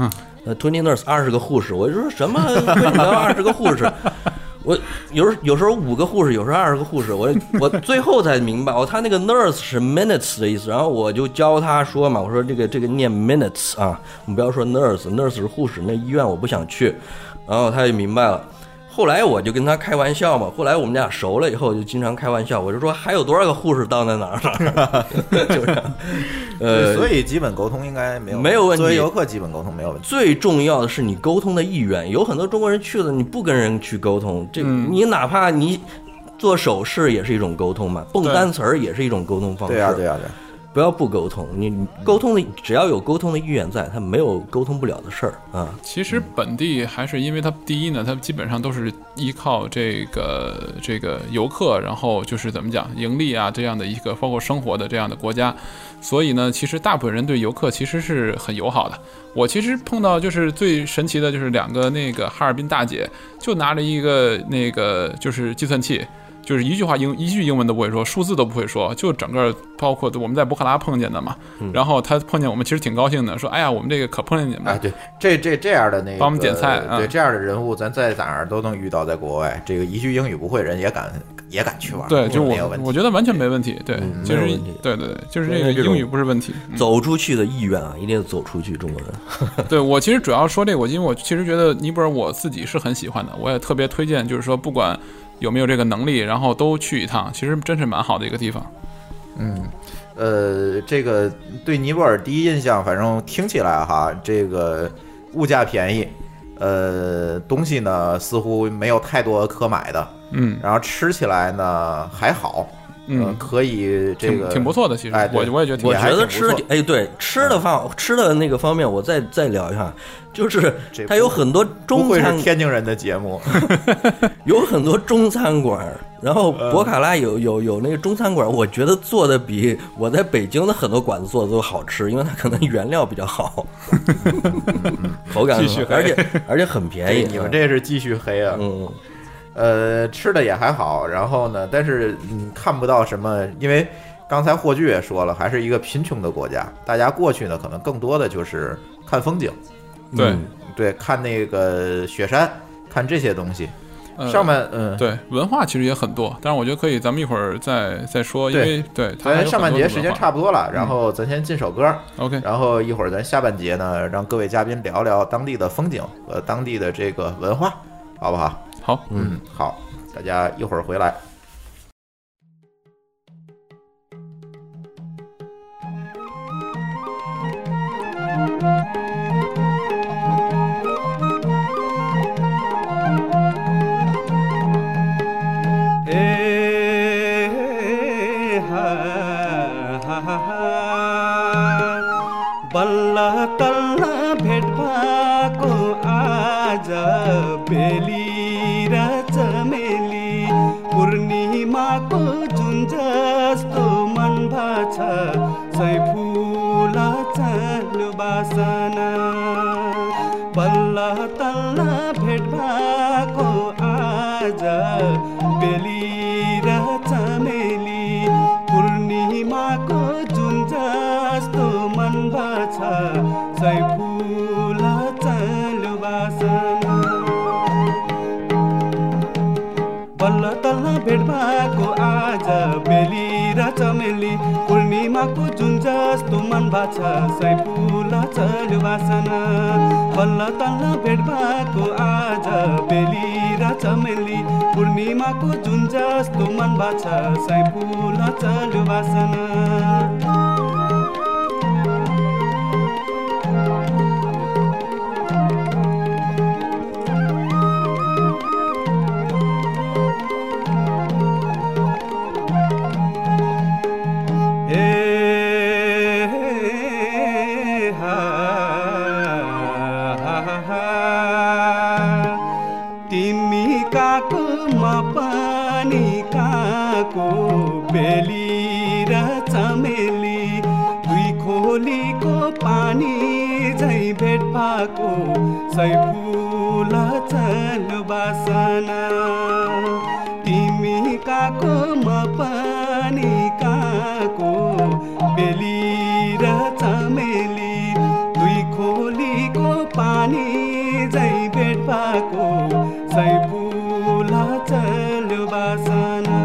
20 nurse 20个护士，我就说什么为什么要20个护士？我有时候5个护士，有时候20个护士，我最后才明白，他那个 nurse 是 minutes 的意思，然后我就教他说嘛，我说这个念 minutes 啊，我们不要说 nurse 是护士，那医院我不想去，然后他就明白了。后来我就跟他开玩笑嘛，后来我们俩熟了以后就经常开玩笑，我就说还有多少个护士到那哪儿就是所以基本沟通应该没有问题。作为游客基本沟通没有问题。 最重要的是你沟通的意愿，有很多中国人去了，你不跟人去沟通，这你哪怕你做手势也是一种沟通嘛，蹦单词儿也是一种沟通方式。 对啊。 不要不沟通，你沟通的只要有沟通的意愿在，他没有沟通不了的事儿啊。 其实本地还是因为它第一呢，它基本上都是依靠这个游客，然后就是怎么讲盈利啊这样的一个包括生活的这样的国家，所以呢，其实大部分人对游客其实是很友好的。我其实碰到就是最神奇的就是2个那个哈尔滨大姐，就拿着一个那个就是计算器。就是一句英文都不会说，数字都不会说，就整个包括我们在博克拉碰见的嘛，然后他碰见我们其实挺高兴的，说哎呀我们这个可碰见你们了。 对，这样的那个帮我们点菜， 对这样的人物咱在哪儿都能遇到，在国外这个一句英语不会人也敢去玩， 对，就我觉得完全没问题，对，就是对，就是这个英语不是问题， 走出去的意愿啊，一定要走出去，中国人。 对，我其实主要说这个，因为我其实觉得尼泊尔我自己是很喜欢的，我也特别推荐，就是说不管有没有这个能力，然后都去一趟，其实真是蛮好的一个地方。 这个对尼泊尔第一印象，反正听起来哈，这个物价便宜，东西呢似乎没有太多可买的，然后吃起来呢还好。可以，这个挺不错的。其实，我也觉得， 我觉得对吃的那个方面，我再聊一下，就是它有很多中餐， 不会是天津人的节目， 有很多中餐馆，然后博卡拉有那个中餐馆，我觉得做的比我在北京的很多馆子做的都好吃，因为它可能原料比较好，口感很好，而且很便宜。 你们这是继续黑啊？吃的也还好，然后呢，但是看不到什么，因为刚才霍炬也说了，还是一个贫穷的国家，大家过去呢，可能更多的就是看风景，对，看那个雪山，看这些东西。上面对，文化其实也很多，但是我觉得可以，咱们一会儿再说，因为咱上半节时间差不多了，然后咱先进首歌 ，OK， 然后一会儿咱下半节呢，让各位嘉宾聊聊当地的风景和当地的这个文化，好不好？ 好， 好，大家一会儿回来。 बल्ल तल्ल भेट भएको आज बेली र चमेली पूर्णिमाको जुन जस्तो मन भछ सय फुल चालु बासना बल्ल तल्ल भेट भएको आज बेली र चमेली पूर्णिमाको जुन जस्तो मन भछ सय फुल चालु बासना बल्ल तल्ल भेट भएको आज बेली र चमेली पूर्णिमाको जुन जस्तो मन भछ सय फुल चालु बासना बल्ल तल्ल भेट भएको आज बेली र चमेली पूर्णिमाको जुन जस्तो मन भछ सय फुल चालु बासना र चमेली दुई खोलीको पानी झै भेट भएको सैफुल चल्यो बासना तिमी काको म पनि काको बेली र चमेली दुई खोलीको पानी झै भेट भएको सैफुल चल्यो बासना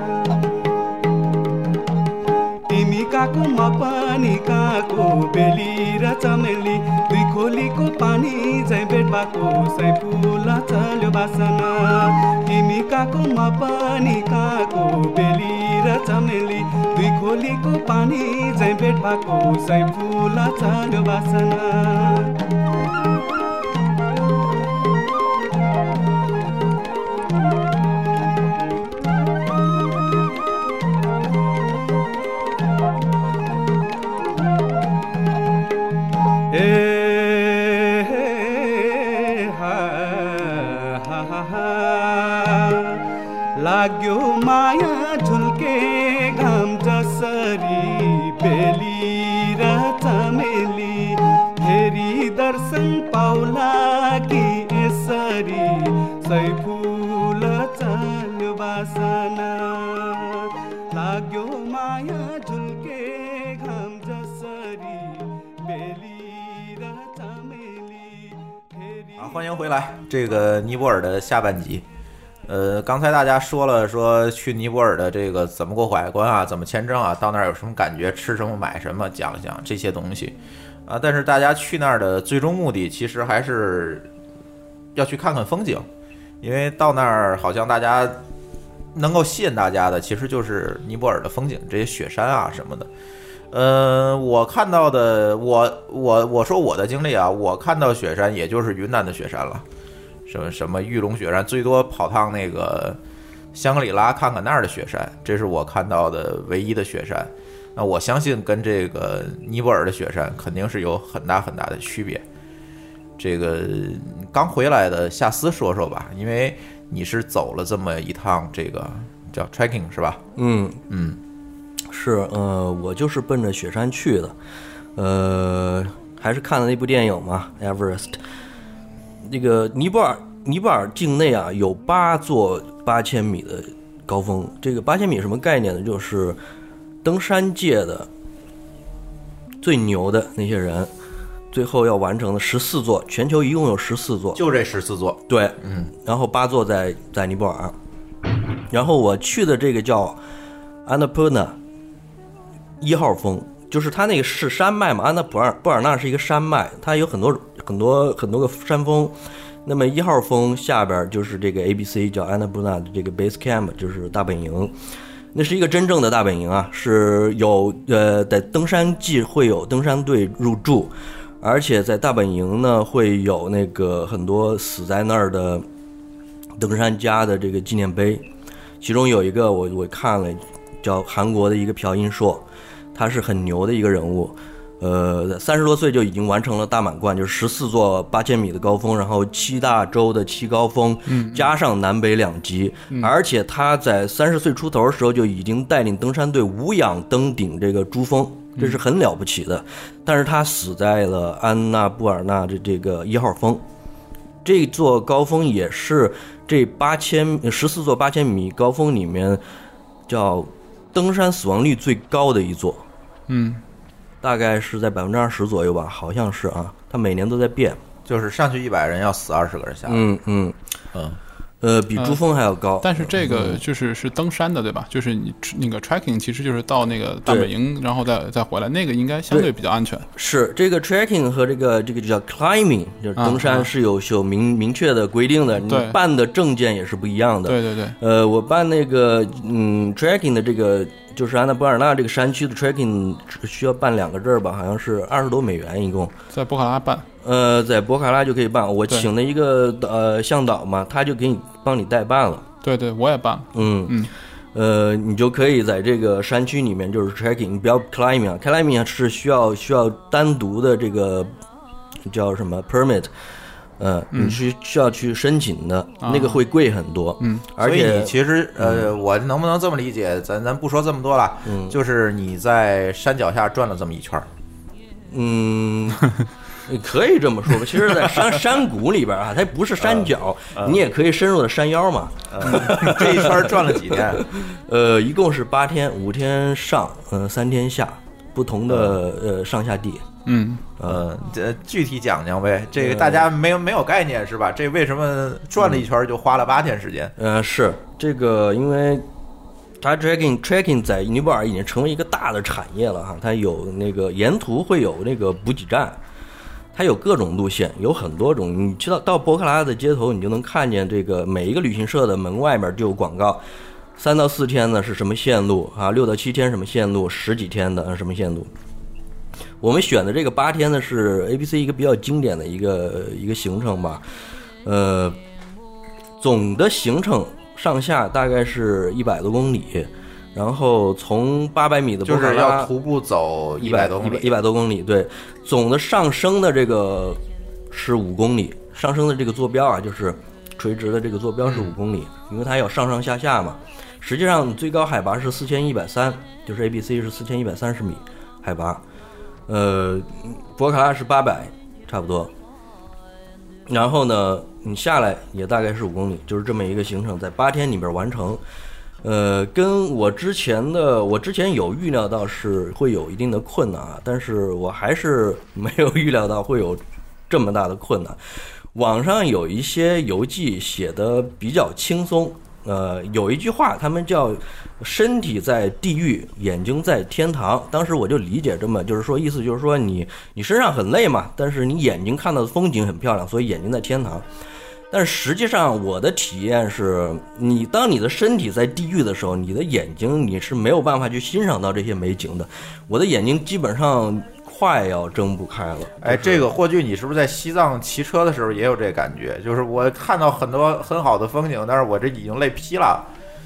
तिमी काको म पनि काको बेली र चमेली दुई खोलीको पानी झै भेट भएको सैफुल चल्यो बासना तिमी काको म पनि काको बेली र चमेली दुई खोलीको पानी झै भेट भएको सैफुल चल्यो बासना लाग्यो माया झुल्के घाम जसरी बेली र चमेली फेरि दर्शन पाउला कि यसरी सैफुल चल्यो बासना लाग्यो माया झुल्के घाम जसरी बेली र चमेली फेरि 好，欢迎回来，这个尼泊尔的下半集。刚才大家说去尼泊尔的这个怎么过海关啊，怎么签证啊，到那儿有什么感觉，吃什么买什么，讲了讲这些东西啊。但是大家去那儿的最终目的其实还是要去看看风景，因为到那儿好像大家能够吸引大家的其实就是尼泊尔的风景，这些雪山啊什么的。我看到的，我说我的经历啊，我看到雪山也就是云南的雪山了。什么玉龙雪山，最多跑趟那个香格里拉看看那儿的雪山，这是我看到的唯一的雪山。那我相信跟这个尼泊尔的雪山肯定是有很大很大的区别。这个刚回来的夏思说说吧，因为你是走了这么一趟这个叫 trekking 是吧？ 是我就是奔着雪山去的，还是看了那部电影嘛 ，Everest。这个尼泊尔境内啊有8座8000米的高峰，这个8000米什么概念呢？就是登山界的最牛的那些人，最后要完成的14座，全球一共有14座， 就这14座， 对，然后8座在尼泊尔，然后我去的这个叫 Annapurna 1号峰。就是它那个是山脉嘛，安娜布尔纳是一个山脉，它有很多个山峰。那么1号峰下边就是这个 ABC 叫安娜布纳的这个 Base Camp， 就是大本营。那是一个真正的大本营啊，是有在登山季会有登山队入驻，而且在大本营呢会有那个很多死在那儿的登山家的这个纪念碑。其中有一个我看了，叫韩国的一个朴英硕。他是很牛的一个人物，30多岁就已经完成了大满贯，就是14座8000米的高峰，然后7大洲的7高峰，加上南北2极，而且他在30岁出头的时候就已经带领登山队无氧登顶这个珠峰，这是很了不起的。但是他死在了安纳布尔纳的这个1号峰，这座高峰也是这14座8000米高峰里面叫登山死亡率最高的一座。大概是在20%左右吧，好像是啊，它每年都在变， 就是上去100人要死20个人下来。 比珠峰还要高。 但是这个是登山的，对吧？就是你那个 trekking 其实就是到那个大本营，然后再回来，那个应该相对比较安全。 是这个 trekking 和这个叫 climbing， 就是登山是有明确的规定的，你办的证件也是不一样的。 对。 我办那个trekking 的这个。就是安纳布尔纳这个山区的 trekking 需要办2个证吧，好像是$20多一共。在博卡拉办。 在博卡拉就可以办。我请了一个向导嘛，他就给你帮你代办了。 对，我也办。 你就可以在这个山区里面就是 trekking， 你不要 climbing 啊 ，climbing 是需要单独的这个叫什么 permit。 你是需要去申请的，那个会贵很多。而且所以你其实我能不能这么理解？咱不说这么多了，就是你在山脚下转了这么一圈。 可以这么说吧。其实，在山谷里边啊，它不是山脚，你也可以深入的山腰嘛。 这一圈转了几天？ 一共是8天，5天上，3天下，不同的上下地。 这具体讲讲呗，这个大家没有概念是吧？这为什么转了一圈就花了8天时间？ 是这个，因为它 trekking 在尼泊尔已经成为一个大的产业了哈，它有那个沿途会有那个补给站。它有各种路线，有很多种。你知道，到博克拉的街头，你就能看见这个每一个旅行社的门外面就有广告，3到4天的是什么线路啊，6到7天什么线路，10几天的什么线路。我们选的这个8天呢，是 ABC 一个比较经典的一个行程吧。总的行程上下大概是100多公里。然后从800米的博克拉， 就是要徒步走100多公里 ，100多公里，对。总的上升的这个是5公里，上升的这个坐标啊，就是垂直的这个坐标是5公里，因为它要上上下下嘛。实际上最高海拔是4130，就是 ABC 是4130米海拔，博克拉是800，差不多。然后呢，你下来也大概是5公里，就是这么一个行程，在8天里边完成。跟我之前有预料到是会有一定的困难啊，但是我还是没有预料到会有这么大的困难。网上有一些游记写的比较轻松，有一句话他们叫身体在地狱，眼睛在天堂。当时我就理解这么，就是说意思就是说你身上很累嘛，但是你眼睛看到的风景很漂亮，所以眼睛在天堂。但是实际上我的体验是，当你的身体在地狱的时候，你的眼睛你是没有办法去欣赏到这些美景的。我的眼睛基本上快要睁不开了。 哎，这个霍炬，你是不是在西藏骑车的时候也有这感觉？就是我看到很多很好的风景，但是我这已经累劈了。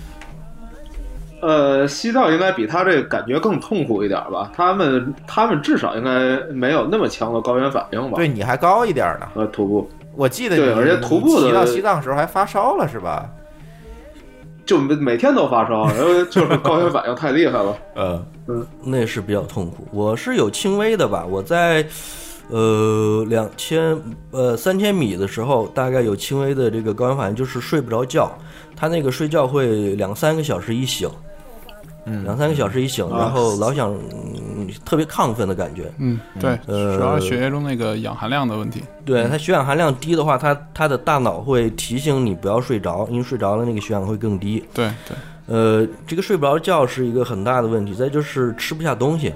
西藏应该比他这个感觉更痛苦一点吧？他们至少应该没有那么强的高原反应吧？ 对，你还高一点呢。 徒步。 我记得对，而且徒步的骑到西藏的时候还发烧了是吧？ 就每天都发烧，然后就是高原反应太厉害了。 那是比较痛苦。我是有轻微的吧，我在3000米的时候，大概有轻微的这个高原反应，就是睡不着觉。他那个睡觉会2-3个小时一醒。2-3个小时一醒，然后老想特别亢奋的感觉。 对，主要血液中那个氧含量的问题。 对，它血氧含量低的话，它的大脑会提醒你不要睡着，因为睡着了那个血氧会更低。 对。 这个睡不着觉是一个很大的问题。再就是吃不下东西。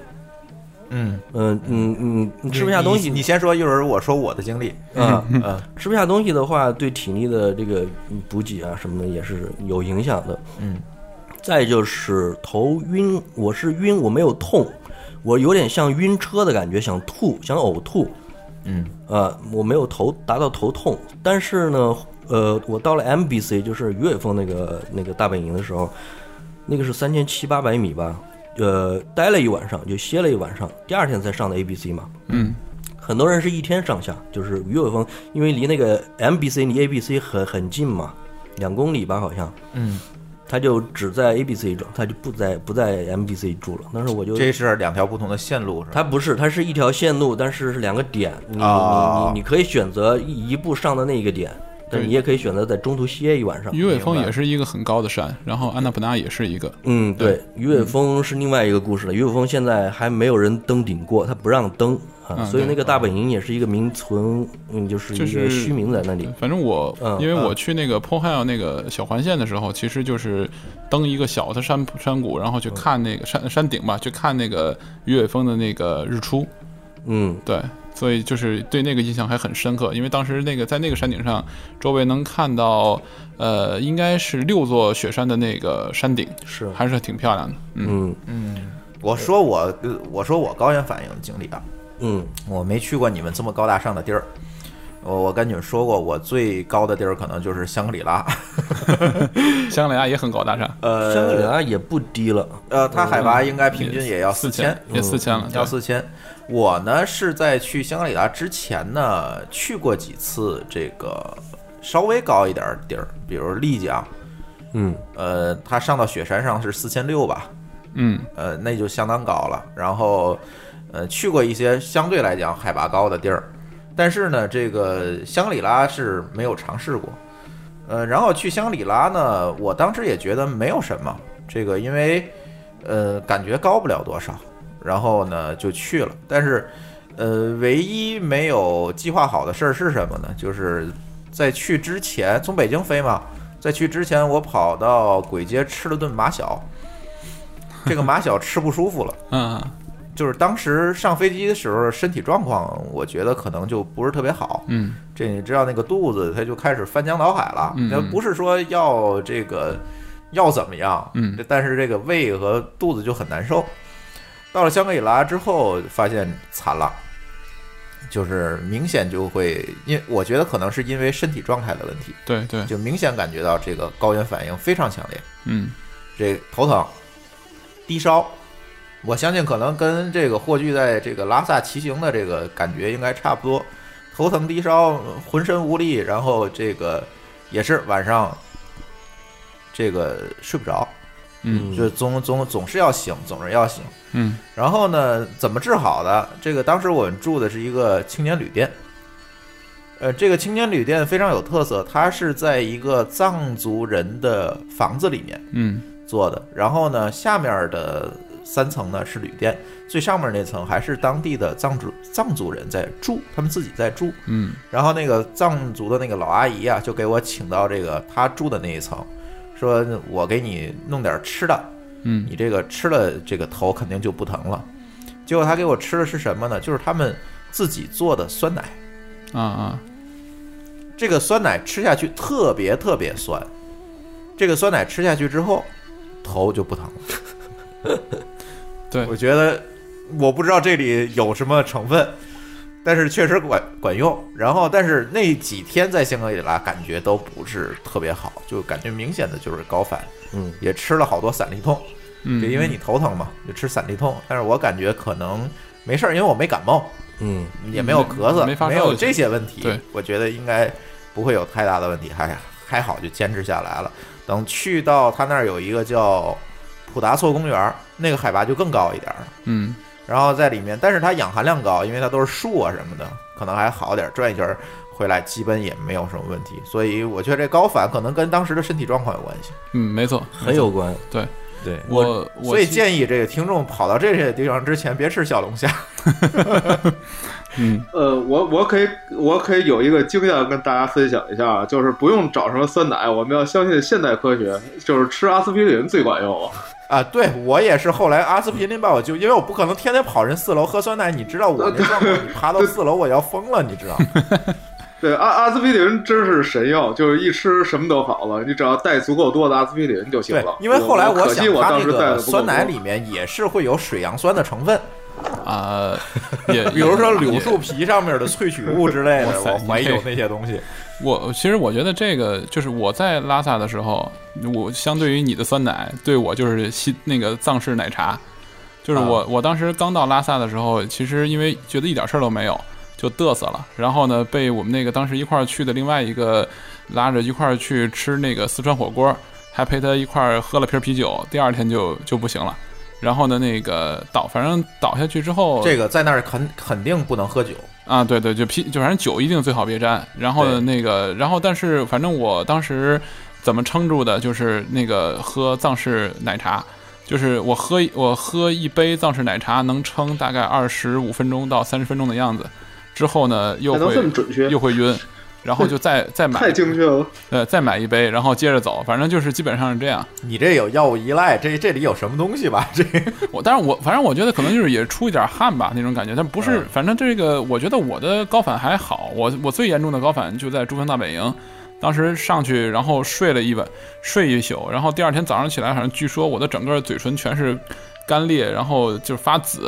吃不下东西。 你先说，一会儿我说我的经历。 吃不下东西的话，对体力的这个补给啊什么的也是有影响的。再就是头晕，我是晕，我没有痛，我有点像晕车的感觉，想吐，想呕吐。我没有达到头痛，但是呢，我到了 MBC， 就是鱼尾峰那个大本营的时候，那个是3700-800米吧，待了一晚上，就歇了一晚上，第2天才上的 ABC 嘛。很多人是1天上下，就是鱼尾峰，因为离那个 MBC 离 ABC 很近嘛，2公里吧好像。他就只在 ABC 住，他就不在 MBC 住了。但是我就这是2条不同的线路是吧？ 它不是，它是一条线路，但是是2个点。你可以选择一步上的那一个点，但是你也可以选择在中途歇一晚上。 鱼尾峰也是一个很高的山，然后安纳普纳也是一个。 对，鱼尾峰是另外一个故事了。鱼尾峰现在还没有人登顶过，它不让登。所以那个大本营也是一个名存，就是一个虚名在那里。 反正因为我去那个坡海那个小环线的时候，其实就是登一个小的山谷，然后去看那个山顶吧，去看那个鱼尾峰的那个日出。对，所以就是对那个印象还很深刻，因为当时在那个山顶上，周围能看到应该是6座雪山的那个山顶， 是还是挺漂亮的。 我说我高原反应的经历啊。我没去过你们这么高大上的地儿， 我跟你们说过，我最高的地儿可能就是香格里拉。 香格里拉也很高大上， 香格里拉也不低了。 它海拔应该平均也要4000， 也4000了， 要4000。我呢是在去香格里拉之前呢，去过几次这个稍微高一点的地儿，比如丽江，它上到雪山上是4600吧，那就相当高了。然后去过一些相对来讲海拔高的地儿。但是呢，这个香格里拉是没有尝试过，然后去香格里拉呢，我当时也觉得没有什么，这个因为感觉高不了多少，然后呢就去了。但是唯一没有计划好的事儿是什么呢？就是在去之前，从北京飞嘛，在去之前我跑到簋街吃了顿马小，这个马小吃不舒服了，就是当时上飞机的时候身体状况，我觉得可能就不是特别好。这你知道那个肚子它就开始翻江倒海了。不是说要这个要怎么样，但是这个胃和肚子就很难受。到了香格里拉之后，发现惨了，就是明显就会，我觉得可能是因为身体状态的问题。 对， 就明显感觉到这个高原反应非常强烈。这头疼、低烧。我相信可能跟这个霍炬在这个拉萨骑行的这个感觉应该差不多，头疼低烧，浑身无力，然后这个也是晚上这个睡不着，就总是要醒，然后呢，怎么治好的？这个当时我们住的是一个青年旅店，这个青年旅店非常有特色，它是在一个藏族人的房子里面做的，然后呢，下面的3层呢是旅店，最上面那层还是当地的藏族人在住，他们自己在住。然后那个藏族的那个老阿姨啊，就给我请到这个他住的那一层，说我给你弄点吃的，你这个吃了这个头肯定就不疼了。结果他给我吃的是什么呢？就是他们自己做的酸奶。这个酸奶吃下去特别特别酸，这个酸奶吃下去之后，头就不疼了。 对， 我觉得我不知道这里有什么成分，但是确实管用。然后，但是那几天在香格里拉感觉都不是特别好，就感觉明显的就是高反。也吃了好多散利痛，就因为你头疼嘛，就吃散利痛。但是我感觉可能没事，因为我没感冒，也没有咳嗽，没有这些问题。 对， 我觉得应该不会有太大的问题，还好就坚持下来了。等去到他那儿有一个叫普达措公园，那个海拔就更高一点了。然后在里面，但是它氧含量高，因为它都是树啊什么的，可能还好点，转一圈回来基本也没有什么问题。所以我觉得这高反可能跟当时的身体状况有关系。 没错， 很有关。 对， 所以建议这个听众跑到这些地方之前别吃小龙虾。 我可以有一个经验跟大家分享一下，就是不用找什么酸奶，我们要相信现代科学，就是吃阿司匹林最管用啊！对，我也是后来阿司匹林把我救，因为我不可能天天跑人4楼喝酸奶，你知道我那状况，你爬到4楼我要疯了，你知道吗？ 对，阿司匹林真是神药，就是一吃什么都好了，你只要带足够多的阿司匹林就行了。 对，因为后来我想， 它那个酸奶里面也是会有水杨酸的成分。 也比如说柳树皮上面的萃取物之类的，我怀疑有那些东西。 其实我觉得这个就是我在拉萨的时候，我相对于你的酸奶，对我就是那个藏式奶茶，就是我当时刚到拉萨的时候，其实因为觉得一点事儿都没有，就嘚瑟了。然后呢，被我们那个当时一块儿去的另外一个拉着一块儿去吃那个四川火锅，还陪他一块儿喝了瓶啤酒，第二天就不行了。然后呢，那个反正倒下去之后， 这个在那儿肯定不能喝酒啊，对，就反正酒一定最好别沾。然后但是反正我当时怎么撑住的，就是那个喝藏式奶茶，就是我喝一杯藏式奶茶能撑大概25分钟到30分钟的样子，之后呢又会晕。然后就再买， 太精确了。 再买一杯，然后接着走，反正就是基本上是这样。 你这有药物依赖，这里有什么东西吧？ 反正我觉得可能就是也出一点汗吧那种感觉，但不是，反正这个我觉得我的高反还好，我最严重的高反就在珠峰大本营，当时上去然后睡一宿，然后第二天早上起来，好像据说我的整个嘴唇全是干裂，然后就是发紫。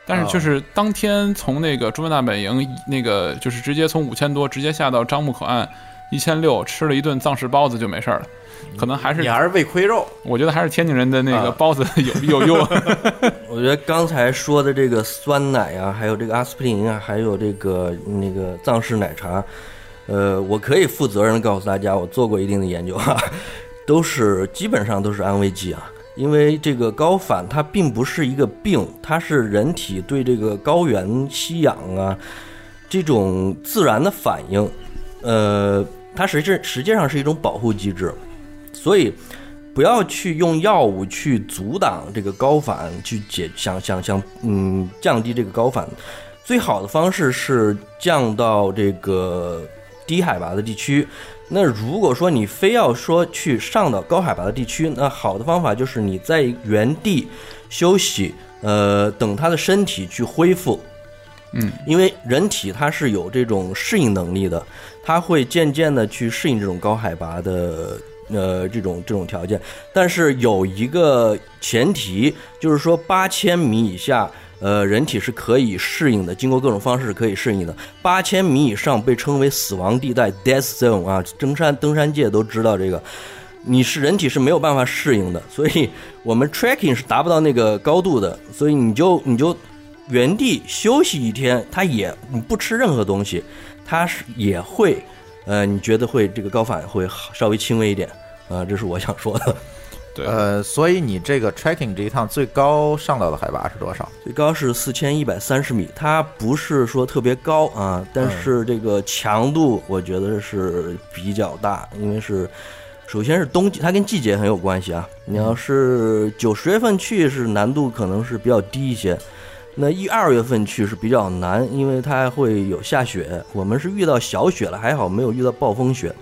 但是就是当天从那个中原大本营那个就是直接从5000多直接下到樟木口岸1600，吃了一顿藏式包子就没事了。可能还是你还是胃亏肉， 我觉得还是天津人的那个包子有用。 我觉得刚才说的这个酸奶啊，还有这个阿司匹林啊，还有这个那个藏式奶茶，我可以负责任的告诉大家，我做过一定的研究啊，基本上都是安慰剂啊。因为这个高反它并不是一个病，它是人体对这个高原吸氧啊这种自然的反应，它实际上是一种保护机制。所以不要去用药物去阻挡这个高反，去想降低这个高反。最好的方式是降到这个低海拔的地区。那如果说你非要说去上到高海拔的地区，那好的方法就是你在原地休息，等他的身体去恢复。因为人体它是有这种适应能力的，它会渐渐的去适应这种高海拔的这种条件。但是有一个前提，就是说8000米以下，人体是可以适应的，经过各种方式是可以适应的。8000米以上被称为死亡地带 （death zone） 啊，登山界都知道这个，人体是没有办法适应的，所以我们 trekking 是达不到那个高度的，所以你就原地休息一天，你不吃任何东西，它也会，你觉得会这个高反会稍微轻微一点，这是我想说的。 对，所以你这个 trekking 这一趟最高上到的海拔是多少？ 最高是4130米，它不是说特别高啊，但是这个强度我觉得是比较大，因为首先是冬季，它跟季节很有关系啊。你要是9、10月份去，是难度可能是比较低一些。那1、2月份去是比较难，因为它会有下雪。我们是遇到小雪了，还好没有遇到暴风雪。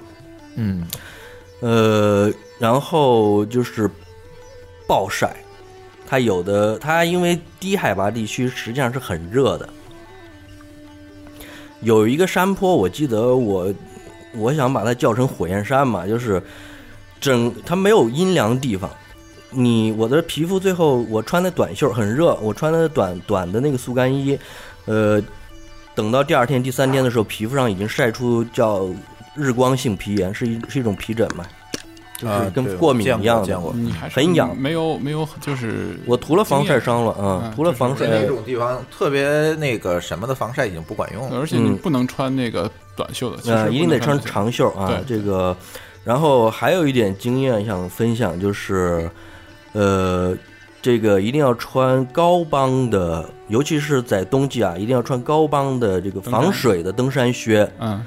然后就是暴晒，它因为低海拔地区实际上是很热的。有一个山坡，我记得我想把它叫成火焰山嘛，就是它没有阴凉地方。我的皮肤最后我穿的短袖很热，我穿的短的那个速干衣，等到第2天、第3天的时候，皮肤上已经晒出叫日光性皮炎，是一种皮疹嘛，就是跟过敏一样的，很痒， 没有，就是我涂了防晒霜了，涂了防晒。 那种地方特别那个什么的防晒已经不管用了， 而且你不能穿那个短袖的， 一定得穿长袖啊。这个，然后还有一点经验想分享就是。这个一定要穿高帮的，尤其是在冬季啊，一定要穿高帮的这个防水的登山靴。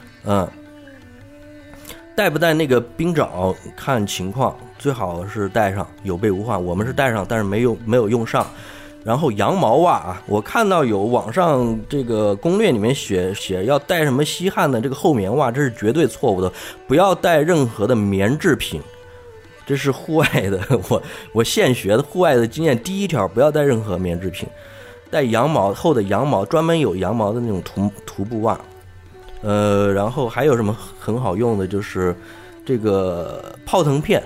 带不带那个冰爪看情况，最好是带上，有备无患。我们是带上，但是没有用上。然后羊毛袜啊，我看到有网上这个攻略里面写要带什么吸汗的这个厚棉袜，这是绝对错误的，不要带任何的棉制品。这是户外的，我现学的户外的经验。第一条，不要带任何棉制品，带厚的羊毛，专门有羊毛的那种徒步袜。然后还有什么很好用的，就是这个泡腾片，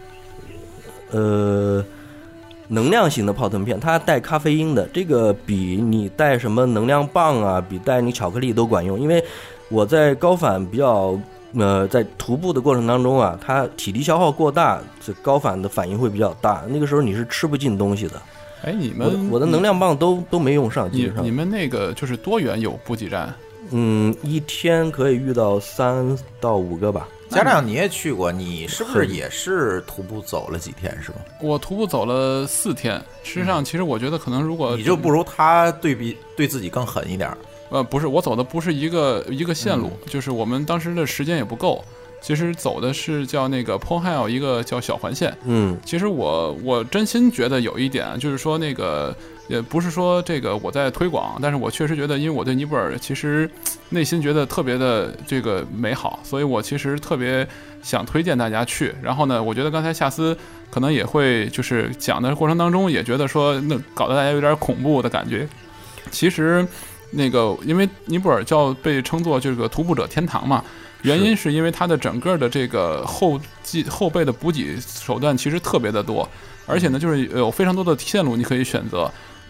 能量型的泡腾片，它带咖啡因的，这个比你带什么能量棒啊，比带你巧克力都管用。因为我在高反比较。在徒步的过程当中啊，它体力消耗过大，这高反的反应会比较大。那个时候你是吃不进东西的。 你们我的能量棒都没用上，基本上。 你们那个就是多远有补给站？ 一天可以遇到3到5个吧。 家长你也去过，你是不是也是徒步走了几天是吧？ 我徒步走了4天。事实上，其实我觉得可能如果你就不如他对自己更狠一点。 不是，我走的不是一个线路，就是我们当时的时间也不够。其实走的是叫那个 Ponghal 一个叫小环线。其实我真心觉得有一点，就是说那个也不是说这个我在推广，但是我确实觉得，因为我对尼泊尔其实内心觉得特别的这个美好，所以我其实特别想推荐大家去。然后呢，我觉得刚才夏思可能也会就是讲的过程当中也觉得说那搞得大家有点恐怖的感觉。其实那个因为尼泊尔被称作这个徒步者天堂嘛，原因是因为它的整个的这个后备的补给手段其实特别的多，而且呢就是有非常多的线路你可以选择。比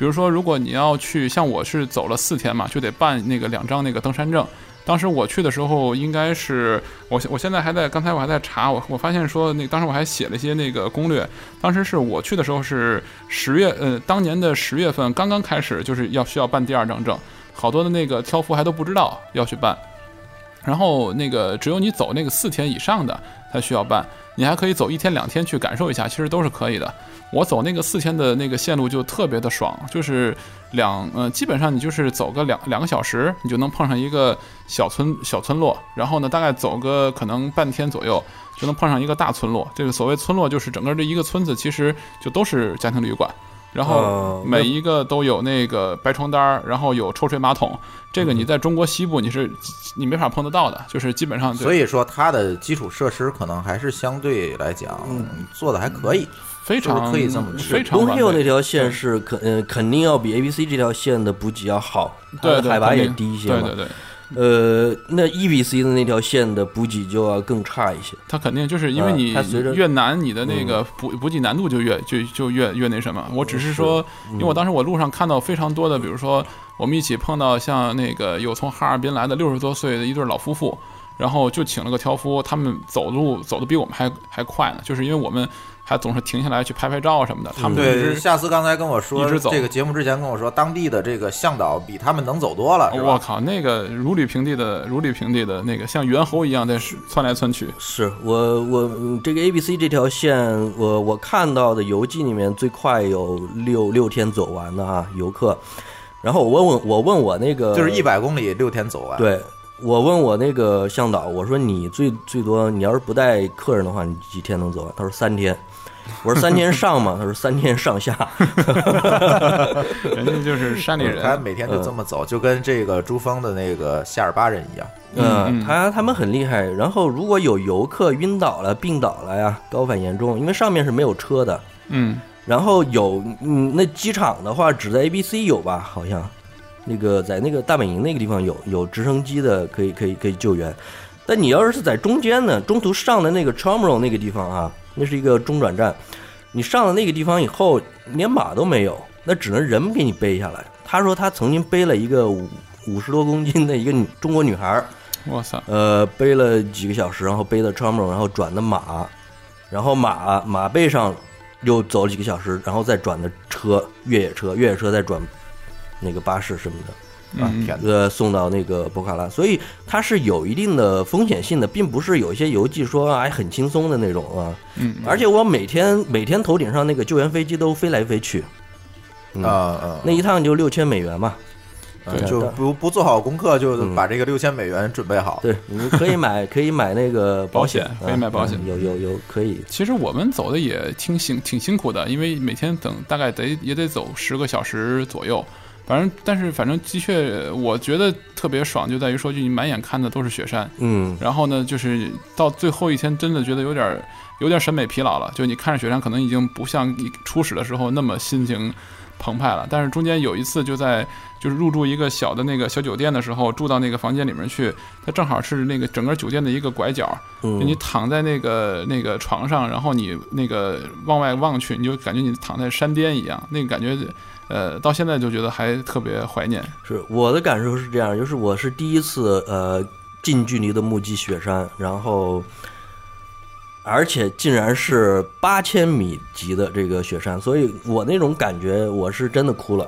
比如说，如果你要去，像我是走了4天嘛，就得办那个2张那个登山证。当时我去的时候，应该是我现在还在，刚才我还在查，我发现说当时我还写了一些那个攻略。当时是我去的时候是10月，当年的10月份刚刚开始，就是需要办第2张证，好多的那个挑夫还都不知道要去办。然后那个只有你走那个4天以上的才需要办，你还可以走1天2天去感受一下，其实都是可以的。我走那个4天的那个线路就特别的爽，就是基本上你就是走个2个小时，你就能碰上一个小村落，然后呢大概走个可能半天左右就能碰上一个大村落。这个所谓村落就是整个这一个村子其实就都是家庭旅馆，然后每一个都有那个白床单，然后有抽水马桶。这个你在中国西部你没法碰得到的，就是基本上。 所以说它的基础设施可能还是相对来讲做的还可以。 非常可以这么非常。 东 hill 那条线是肯定要比 ABC 这条线的补给要好， 对， 海拔也低一些嘛。 对。 那 EVC 的那条线的补给就要更差一些。 它肯定就是因为你越难，你的那个补给难度就越那什么。我只是说，因为我当时我路上看到非常多的，比如说我们一起碰到像那个有从哈尔滨来的60多岁的一对老夫妇，然后就请了个挑夫，他们走路走得比我们还快呢，就是因为我们还总是停下来去拍照什么的。他们对，夏思刚才跟我说， 一直走。 这个节目之前跟我说，当地的这个向导比他们能走多了。 我靠，那个如履平地的那个像猿猴一样在窜来窜去。 是我这个 ABC 这条线，我看到的游记里面最快有六天走完的啊，游客。然后我问我那个就是100公里6天走完。 对。我问我那个向导，我说你最多你要是不带客人的话，你几天能走完？他说3天。我说3天上嘛，他说3天上下。 人家就是山里人， 他每天就这么走，就跟这个珠峰的那个夏尔巴人一样。 他们很厉害。然后如果有游客晕倒了、病倒了呀，高反严重，因为上面是没有车的。然后那机场的话，只在 ABC 有吧？好像。那个在那个大本营那个地方有直升机的可以救援，但你要是在中间呢，中途上的那个 Chamorro 那个地方啊，那是一个中转站，你上了那个地方以后连马都没有，那只能人给你背下来。他说他曾经背了一个50多公斤的一个中国女孩， 哇塞， 背了几个小时，然后背到 Chamorro， 然后转的马，然后马背上又走了几个小时，然后再转的越野车再转那个巴士什么的送到那个博卡拉，所以它是有一定的风险性的，并不是有一些游记说很轻松的那种啊。而且我每天头顶上那个救援飞机都飞来飞去，那一趟就$6000嘛。 就不做好功课，就把这个$6000准备好。 对，你可以买那个保险，可以买保险， 有可以。 其实我们走的也挺辛苦的，因为每天大概也得走10个小时左右。但是的确，我觉得特别爽，就在于说，你满眼看的都是雪山，然后呢，就是到最后一天，真的觉得有点审美疲劳了。就你看着雪山，可能已经不像初始的时候那么心情澎湃了。但是中间有一次就是入住一个小的那个小酒店的时候，住到那个房间里面去，它正好是那个整个酒店的一个拐角，你躺在那个床上，然后你那个往外望去，你就感觉你躺在山巅一样，那个感觉。到现在就觉得还特别怀念。是我的感受是这样，就是我是第一次近距离的目击雪山，然后而且竟然是8000米级的这个雪山，所以我那种感觉我是真的哭了。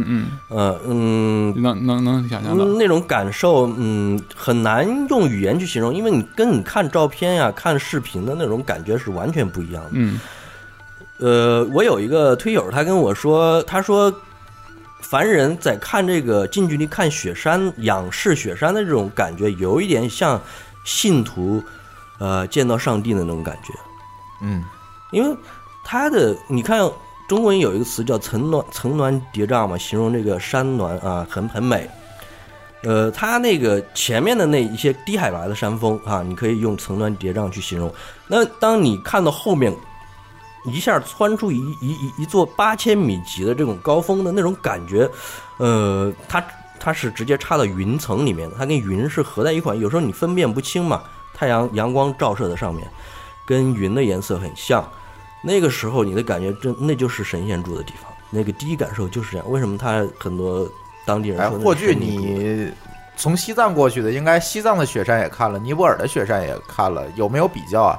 能想象到那种感受，很难用语言去形容，因为你看照片呀、看视频的那种感觉是完全不一样的。我有一个推友，他跟我说，他说，凡人在看这个近距离看雪山、仰视雪山的这种感觉，有一点像信徒，见到上帝的那种感觉。因为你看中国人有一个词叫层峦叠嶂嘛，形容这个山峦啊，很美。它那个前面的那一些低海拔的山峰啊，你可以用层峦叠嶂去形容。那当你看到后面。一下窜出一座8000米级的这种高峰的那种感觉，它是直接插到云层里面的，它跟云是合在一块，有时候你分辨不清嘛，阳光照射在上面，跟云的颜色很像，那个时候你的感觉那就是神仙住的地方。 那个第一感受就是这样。为什么他很多当地人说霍炬，你从西藏过去的，应该西藏的雪山也看了，尼泊尔的雪山也看了，有没有比较啊？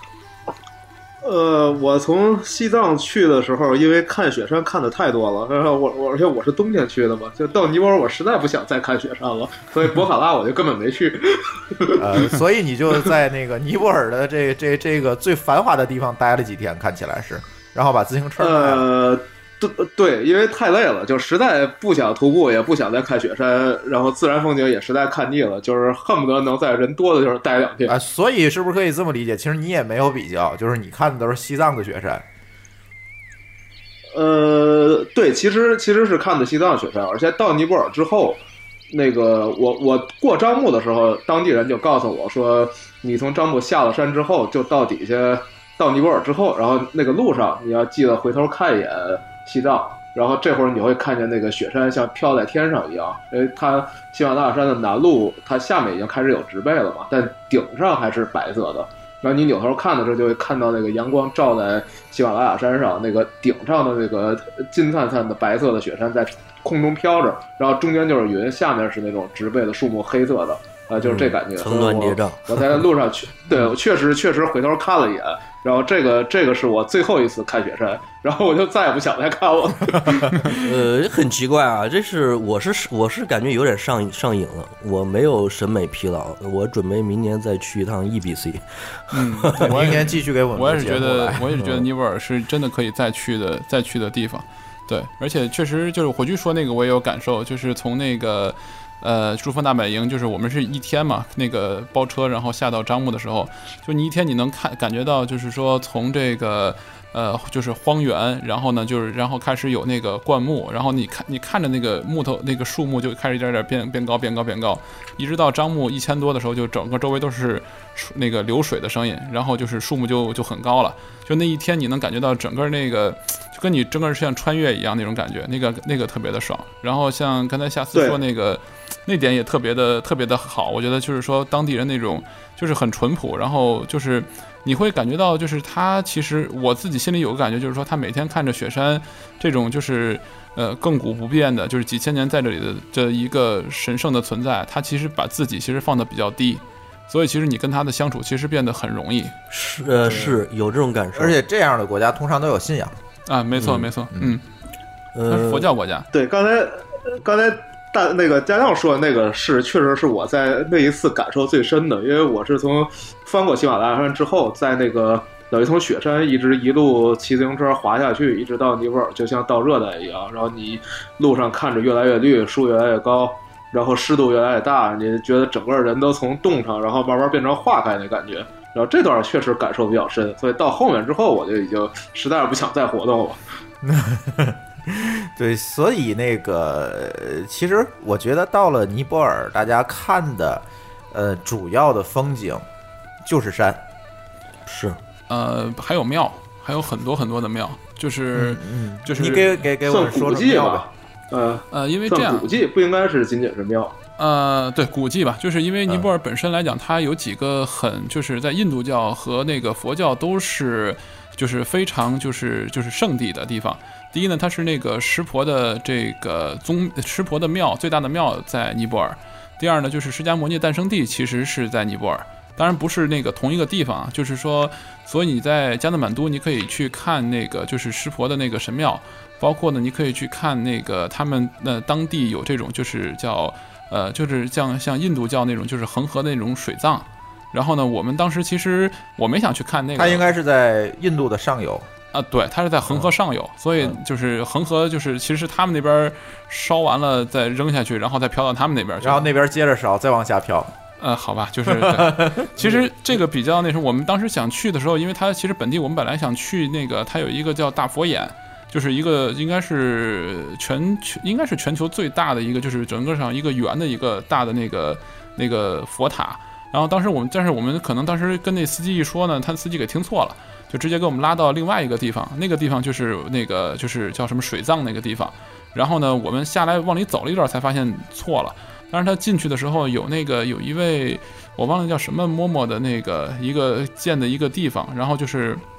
我从西藏去的时候，因为看雪山看的太多了，而且我是冬天去的嘛，就到尼泊尔我实在不想再看雪山了，所以博卡拉我就根本没去。 所以你就在那个尼泊尔的这个最繁华的地方待了几天，看起来是，然后把自行车卖了。 对，因为太累了，就实在不想徒步，也不想再看雪山，然后自然风景也实在看腻了，就是恨不得能在人多的地方待2天。 所以是不是可以这么理解？其实你也没有比较，就是你看的都是西藏的雪山。 对，其实是看的西藏的雪山，而且到尼泊尔之后，那个我过樟木的时候，当地人就告诉我说，你从樟木下了山之后，就到底下到尼泊尔之后，然后那个路上你要记得回头看一眼西藏，然后这会儿你会看见那个雪山像飘在天上一样，因为它喜马拉雅山的南麓，它下面已经开始有植被了嘛，但顶上还是白色的。然后你扭头看的时候，就会看到那个阳光照在喜马拉雅山上，那个顶上的那个金灿灿的白色的雪山在空中飘着，然后中间就是云，下面是那种植被的树木，黑色的。就是这感觉， 层峦叠嶂。 我在路上去，对，我确实回头看了一眼，然后这个是我最后一次看雪山，然后我就再也不想再看了。 很奇怪啊，这是我是感觉有点上瘾了，我没有审美疲劳，我准备明年再去一趟 EBC。 明年继续给我们。 我也是觉得尼泊尔是真的可以再去的地方。对，而且确实就是火炬说那个我也有感受，就是从那个。珠峰大本营就是我们是一天嘛，那个包车然后下到樟木的时候，就你一天你能感觉到，就是说从这个就是荒原，然后呢然后开始有那个灌木，然后你看着那个木头那个树木就开始一点点变高，一直到樟木1000多的时候，就整个周围都是那个流水的声音，然后就是树木就很高了，就那一天你能感觉到整个那个就跟你整个像穿越一样那种感觉，那个特别的爽。然后像刚才夏思说那点也特别的好，我觉得就是说当地人那种就是很淳朴，然后就是你会感觉到就是他其实我自己心里有个感觉，就是说他每天看着雪山这种就是亘古不变的，就是几千年在这里的这一个神圣的存在，他其实把自己其实放得比较低，所以其实你跟他的相处其实变得很容易。 是有这种感受， 而且这样的国家通常都有信仰啊，没错，它是佛教国家。 对，刚才那个家亮说的那个确实是我在那一次感受最深的，因为我是从翻过喜马拉雅山之后，在那个等于从雪山一路骑自行车滑下去，一直到尼泊尔，就像到热带一样。然后你路上看着越来越绿，树越来越高，然后湿度越来越大，你觉得整个人都从冻上，然后慢慢变成化开那感觉。然后这段确实感受比较深，所以到后面之后，我就已经实在是不想再活动了。 对，所以那个其实我觉得到了尼泊尔，大家看的主要的风景就是山， 是还有庙，还有很多很多的庙，就是你给我说说庙吧。 因为这样古迹不应该是仅仅是庙。 对，古迹吧，就是因为尼泊尔本身来讲，它有几个就是在印度教和那个佛教都是就是非常就是圣地的地方。第一呢，它是那个湿婆的这个湿婆的庙，最大的庙在尼泊尔。第二呢，就是释迦牟尼诞生地其实是在尼泊尔，当然不是那个同一个地方，就是说，所以你在加德满都你可以去看那个就是湿婆的那个神庙，包括呢你可以去看那个他们当地有这种就是叫就是像印度教那种就是恒河的那种水葬。然后呢，我们当时其实我没想去看那个， 它应该是在印度的上游。 对，它是在恒河上游，所以就是恒河就是其实是他们那边烧完了再扔下去，然后再飘到他们那边去， 然后那边接着烧，再往下飘。 好吧，就是其实这个比较那时候我们当时想去的时候，因为它其实本地我们本来想去那个，它有一个叫大佛眼，就是一个应该是全球最大的一个，就是整个上一个圆的一个大的那个佛塔。然后但是我们可能当时跟那司机一说呢，他司机给听错了，就直接给我们拉到另外一个地方，那个地方就是那个就是叫什么水葬那个地方。然后呢，我们下来往里走了一段才发现错了。但是他进去的时候有一位我忘了叫什么嬷嬷的那个一个建的一个地方，然后就是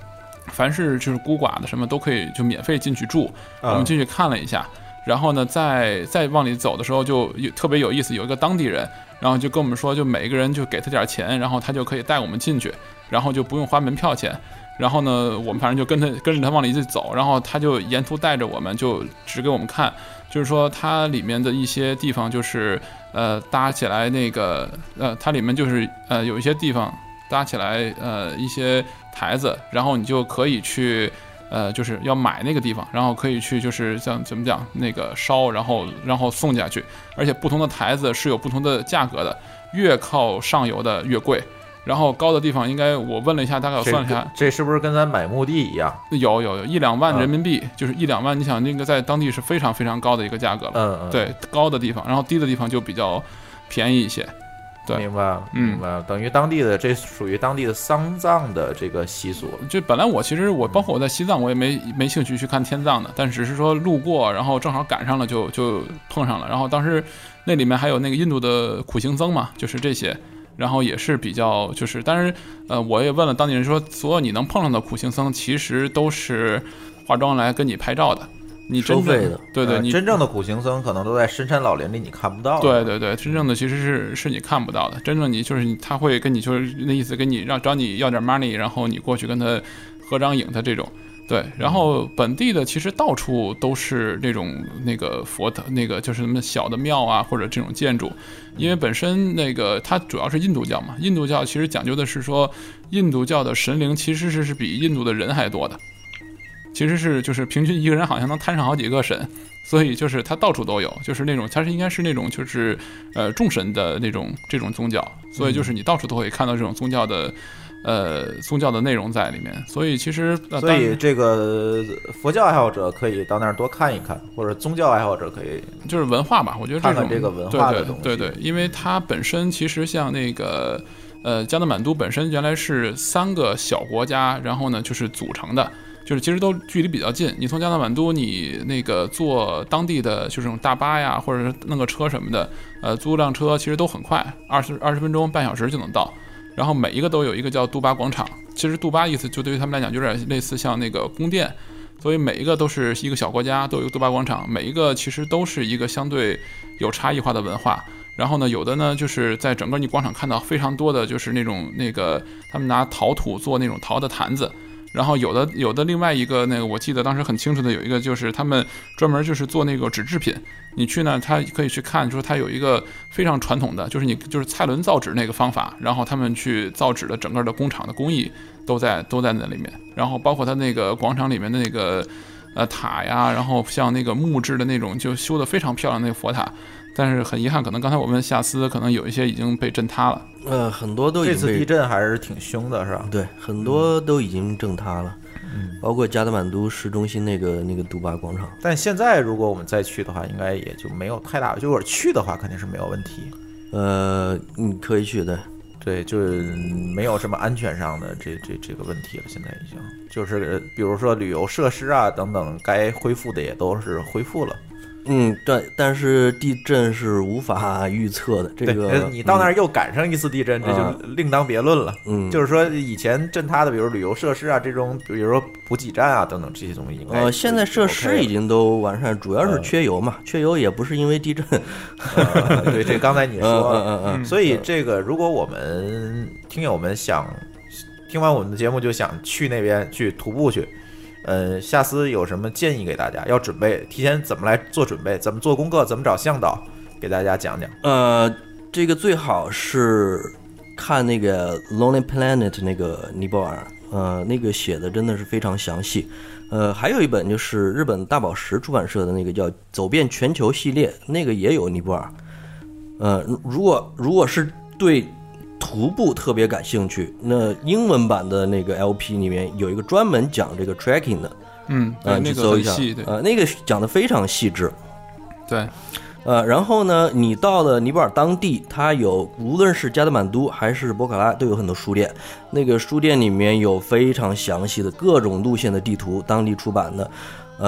凡是就是孤寡的什么都可以就免费进去住。我们进去看了一下，然后呢再往里走的时候就特别有意思，有一个当地人，然后就跟我们说，就每一个人就给他点钱，然后他就可以带我们进去，然后就不用花门票钱。然后呢，我们反正就跟着他往里走，然后他就沿途带着我们，就指给我们看，就是说它里面的一些地方就是搭起来那个它里面就是有一些地方搭起来一些台子，然后你就可以去就是要买那个地方，然后可以去就是像怎么讲那个烧，然后送下去，而且不同的台子是有不同的价格的，越靠上游的越贵。然后高的地方应该我问了一下，大概我算了一下， 这是不是跟咱买墓地一样？ 有1-2万人民币，就是1-2万，你想那个在当地是非常非常高的一个价格了。对，高的地方，然后低的地方就比较便宜一些。对， 明白了，明白了。等于当地的这属于当地的丧葬的这个习俗。 就本来其实包括我在西藏，我也没兴趣去看天葬的，但只是说路过，然后正好赶上了就碰上了。然后当时那里面还有那个印度的苦行僧嘛，就是这些。然后也是比较就是，但是我也问了当地人说，所有你能碰上的苦行僧其实都是化妆来跟你拍照的，你真正收费的， 对，你真正的苦行僧可能都在深山老林里，你看不到。 对，真正的其实是你看不到的，真正你就是他会跟你就是那意思，跟你找你要点 money， 然后你过去跟他合张影，他这种。对，然后本地的其实到处都是那种那个佛的那个就是什么小的庙啊，或者这种建筑，因为本身那个它主要是印度教嘛，印度教其实讲究的是说，印度教的神灵其实是比印度的人还多的，其实是就是平均一个人好像能摊上好几个神，所以就是它到处都有，就是那种它是应该是那种就是众神的这种宗教，所以就是你到处都可以看到这种宗教的内容在里面，所以其实所以这个佛教爱好者可以到那儿多看一看，或者宗教爱好者可以就是文化吧，我觉得看看这个文化的东西。 对，因为它本身其实像那个加德满都本身原来是3个小国家，然后呢就是组成的。就是其实都距离比较近，你从加德满都你那个坐当地的就是这种大巴呀，或者是弄个车什么的，租辆车其实都很快，20分钟半小时就能到。然后每一个都有一个叫杜巴广场，其实杜巴意思就对于他们来讲有点类似像那个宫殿，所以每一个都是一个小国家，都有一个杜巴广场，每一个其实都是一个相对有差异化的文化。然后呢，有的呢就是在整个你广场看到非常多的就是那种那个他们拿陶土做那种陶的坛子。然后有的另外一个那个我记得当时很清楚的有一个就是他们专门就是做那个纸制品，你去呢他可以去看，说他有一个非常传统的，就是你就是蔡伦造纸那个方法，然后他们去造纸的整个的工厂的工艺都在那里面，然后包括他那个广场里面的那个塔呀，然后像那个木质的那种就修得非常漂亮的那个佛塔。但是很遗憾，可能刚才我问夏斯，可能有一些已经被震塌了。 很多都已经这次地震还是挺凶的，是吧？ 对，很多都已经震塌了，包括加德满都市中心那个杜巴广场。 但现在如果我们再去的话，应该也就没有太大，就如果去的话，肯定是没有问题。 你可以去的， 对，就是没有什么安全上的这个问题了。现在已经就是比如说旅游设施啊等等，该恢复的也都是恢复了。 对，但是地震是无法预测的。这个你到那儿又赶上一次地震，这就另当别论了。就是说以前震塌的，比如旅游设施啊，这种比如说补给站啊等等这些东西，应该现在设施已经都完善，主要是缺油嘛。缺油也不是因为地震。 对，这刚才你说了。所以这个如果我们听友们想听完我们的节目就想去那边去徒步去。夏斯有什么建议给大家？要准备提前怎么来做准备？怎么做功课？怎么找向导？给大家讲讲。 这个最好是看那个 Lonely Planet 那个尼泊尔，那个写的真的是非常详细。还有一本就是日本大宝石出版社的那个叫《走遍全球》系列，那个也有尼泊尔。如果是对徒步特别感兴趣，那英文版的那个 LP 里面有一个专门讲这个 trekking 的， 那个很细，对， 那个讲的非常细致， 对， 然后呢，你到了尼泊尔当地，它有无论是加德满都还是博卡拉都有很多书店，那个书店里面有非常详细的各种路线的地图，当地出版的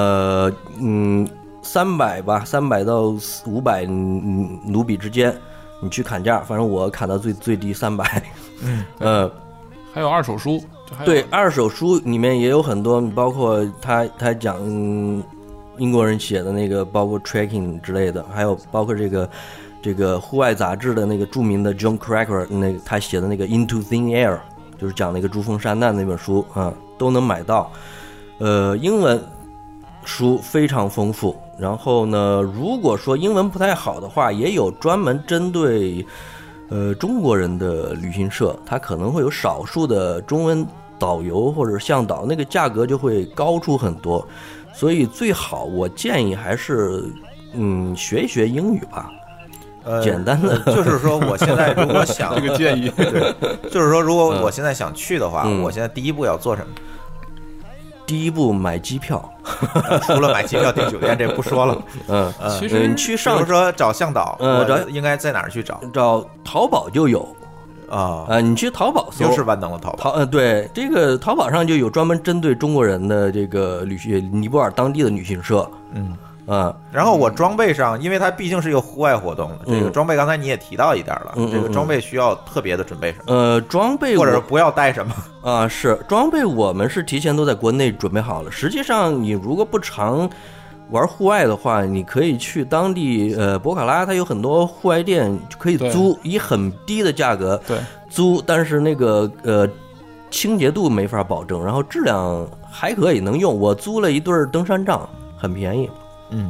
，300吧，300到500卢比之间。你去砍价，反正我砍到最低300。 还有二手书， 对，二手书里面也有很多，包括他讲英国人写的那个，包括 Trekking 之类的，还有包括这个户外杂志的那个著名的 John Cracker 那个他写的那个 Into Thin Air， 就是讲那个珠峰山难那本书啊，都能买到。英文书非常丰富。然后呢，如果说英文不太好的话，也有专门针对中国人的旅行社，它可能会有少数的中文导游或者向导，那个价格就会高出很多。所以最好我建议还是学一学英语吧。简单的就是说，我现在如果想这个建议， 对，就是说，如果我现在想去的话，我现在第一步要做什么？ 第一步买机票， 除了买机票订酒店这不说了。 其实你去上， 比如说找向导，我应该在哪儿去找？ 找淘宝就有你去淘宝搜， 又是万能的淘宝。 对，这个淘宝上就有专门针对中国人的这个尼泊尔当地的旅行社。 然后我装备上，因为它毕竟是一个户外活动，这个装备刚才你也提到一点了，这个装备需要特别的准备什么？ 装备或者不要带什么是装备，我们是提前都在国内准备好了。实际上，你如果不常玩户外的话，你可以去当地博卡拉，它有很多户外店可以租，以很低的价格租，但是那个清洁度没法保证，然后质量还可以能用。我租了一对登山杖，很便宜。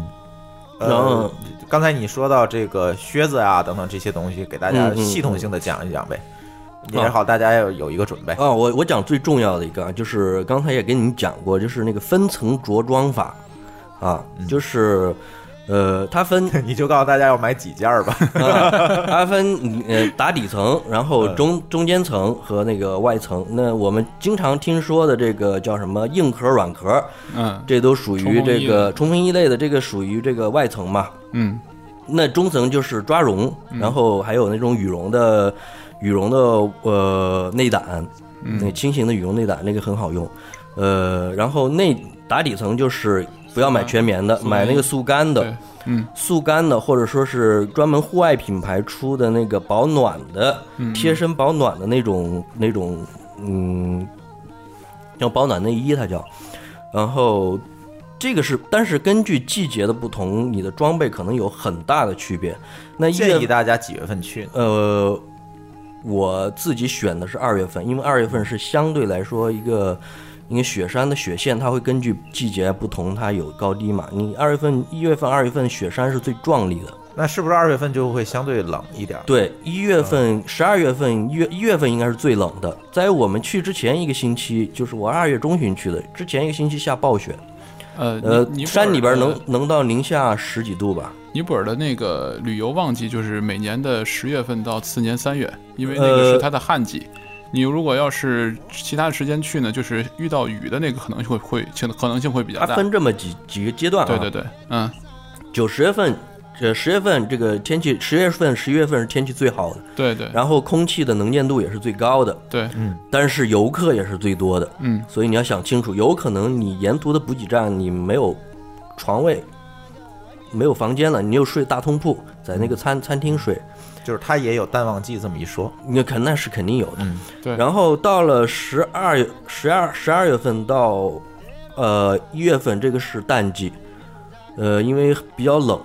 刚才你说到这个靴子啊等等这些东西，给大家系统性的讲一讲呗，也好，大家要有一个准备我讲最重要的一个，就是刚才也跟你讲过，就是那个分层着装法就是它分你就告诉大家要买几件吧。 它分打底层，然后中间层和那个外层。那我们经常听说的这个叫什么硬壳软壳，这都属于这个冲锋衣类的，这个属于这个外层嘛。那中层就是抓绒，然后还有那种羽绒的内胆，那轻型的羽绒内胆，那个很好用。然后打底层就是不要买全棉的，买那个速干的，速干的，或者说是专门户外品牌出的那个保暖的，贴身保暖的那种叫保暖内衣，它叫。然后这个是，但是根据季节的不同，你的装备可能有很大的区别。那建议大家几月份去？ 我自己选的是2月份，因为2月份是相对来说一个。因为雪山的雪线它会根据季节不同，它有高低嘛。你1月份2月份雪山是最壮丽的。 那是不是2月份就会相对冷一点？ 对，1月份12月份1月份应该是最冷的。在我们去之前一个星期，就是我2月中旬去的，之前一个星期下暴雪。山里边能到零下10几度吧。 尼泊尔的那个旅游旺季就是每年的10月份到次年3月，因为那个是它的旱季。你如果要是其他的时间去呢，就是遇到雨的那个可能性会比较大。 它分这么几个阶段对对对 ，9、10月份，10月份这个天气，10月份、11月份是天气最好的， 对对。 然后空气的能见度也是最高的， 对， 但是游客也是最多的，所以你要想清楚，有可能你沿途的补给站你没有床位，没有房间了，你又睡大通铺，在那个餐厅睡。 就是它也有淡旺季这么一说， 那是肯定有的。 对。 然后到了12月份到1月份，这个是淡季，因为比较冷。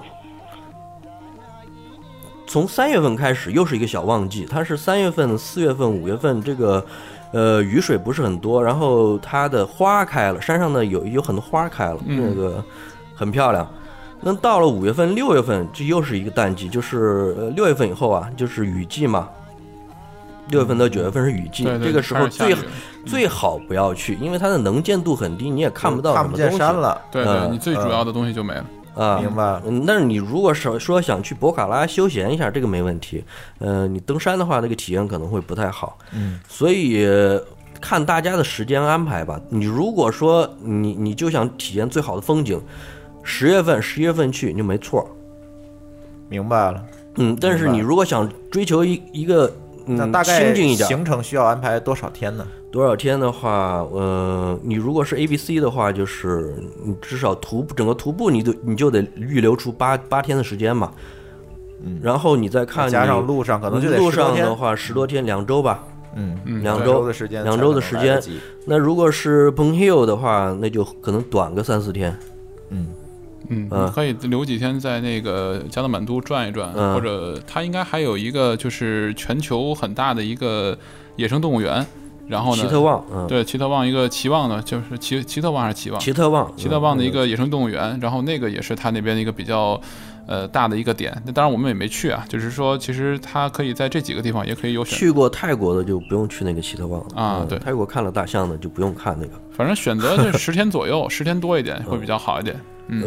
从3月份开始又是一个小旺季，它是3月份、4月份、5月份，这个雨水不是很多，然后它的花开了，山上的有很多花开了，那个很漂亮。那到了5月份、6月份，这又是一个淡季，就是6月份以后啊，就是雨季嘛。6月份到9月份是雨季，这个时候最好不要去，因为它的能见度很低，你也看不到什么东西， 看不见山了。 对对，你最主要的东西就没了。 明白。 但是你如果说想去博卡拉休闲一下，这个没问题。你登山的话，这个体验可能会不太好。所以看大家的时间安排吧。你如果说你就想体验最好的风景。10月份、11月份去你就没错， 明白了。 但是你如果想追求一个那大概清静一点， 行程需要安排多少天呢？ 多少天的话，你如果是 ABC 的话，就是你至少整个徒步你就得预留出八天的时间嘛。然后你再看加上路上可能就得路上的话10多天，2周吧。 2周的时间 ，2周的时间。那如果是 Bone Hill 的话，那就可能短个3-4天。 可以留几天在那个加德满都转一转，或者它应该还有一个就是全球很大的一个野生动物园。然后呢？ 奇特旺， 对，奇特旺一个奇旺的，就是奇特旺还是奇旺？奇特旺的一个野生动物园，然后那个也是它那边的一个比较大的一个点。那当然我们也没去啊，就是说其实它可以在这几个地方也可以有选择。 去过泰国的就不用去那个奇特旺啊，对， 泰国看了大象的就不用看那个。 反正选择就是10天左右，10天多一点会比较好一点。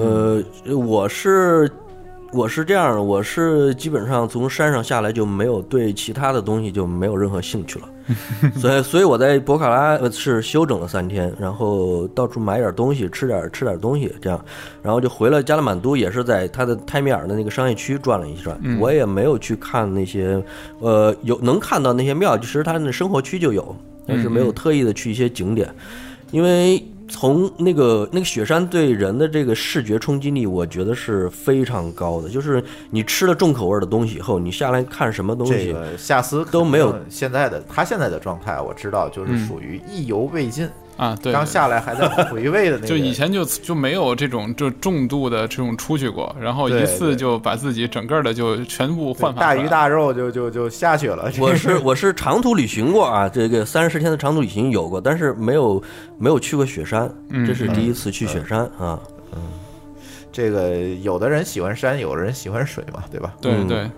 我是这样，我是基本上从山上下来就没有对其他的东西就没有任何兴趣了，所以我在博卡拉是休整了3天，然后到处买点东西，吃点东西，这样，然后就回了加勒满都，也是在他的泰米尔的那个商业区转了一转，我也没有去看那些有能看到那些庙，其实他的生活区就有，但是没有特意的去一些景点，因为从那个雪山对人的这个视觉冲击力，我觉得是非常高的。就是你吃了重口味的东西以后，你下来看什么东西， 这个夏斯都没有他现在的状态，我知道就是属于意犹未尽。 啊，对， 刚下来还在回味的那个， 就以前就没有这种就重度的这种出去过，然后一次就把自己整个的就全部焕发出来， 大鱼大肉就下去了。 我是长途旅行过啊，这个30天的长途旅行有过，但是没有去过雪山，这是第一次去雪山啊。 这个有的人喜欢山，有的人喜欢水嘛，对吧？ 对对，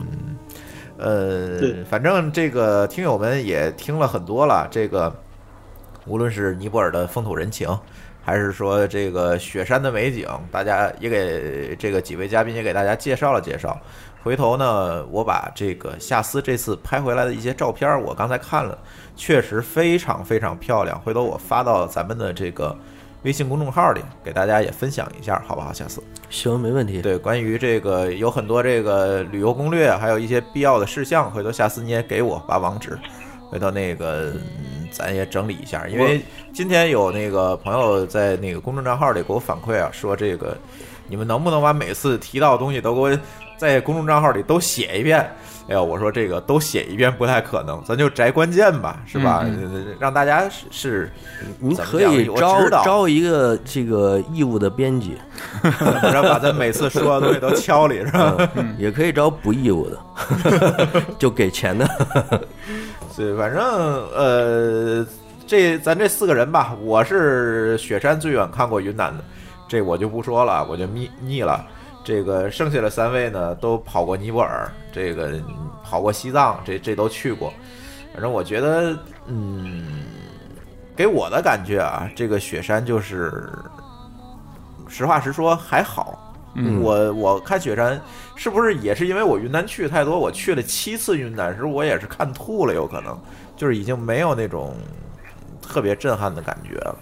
反正这个听友们也听了很多了，这个。无论是尼泊尔的风土人情，还是说这个雪山的美景，大家也给这个几位嘉宾也给大家介绍了介绍。回头呢，我把这个夏斯这次拍回来的一些照片，我刚才看了，确实非常非常漂亮。回头我发到咱们的这个微信公众号里，给大家也分享一下，好不好？夏斯， 行，没问题。 对，关于这个有很多这个旅游攻略，还有一些必要的事项，回头夏斯你也给我把网址，回头那个。咱也整理一下，因为今天有那个朋友在那个公众账号里给我反馈啊，说这个你们能不能把每次提到的东西都给我在公众账号里都写一遍？哎呀，我说这个都写一遍不太可能，咱就摘关键吧，是吧？让大家是你可以招一个这个义务的编辑， 然后把咱每次说的东西都敲里，是吧？ 也可以招不义务的，就给钱的。 对，反正咱这4个人吧，我是雪山最远看过云南的，这我就不说了，我就腻了。这个剩下的3位呢，都跑过尼泊尔，这个跑过西藏，这都去过。反正我觉得，给我的感觉啊，这个雪山就是实话实说还好。我看雪山是不是也是因为我云南去太多，我去了7次云南时，我也是看吐了，有可能就是已经没有那种特别震撼的感觉了。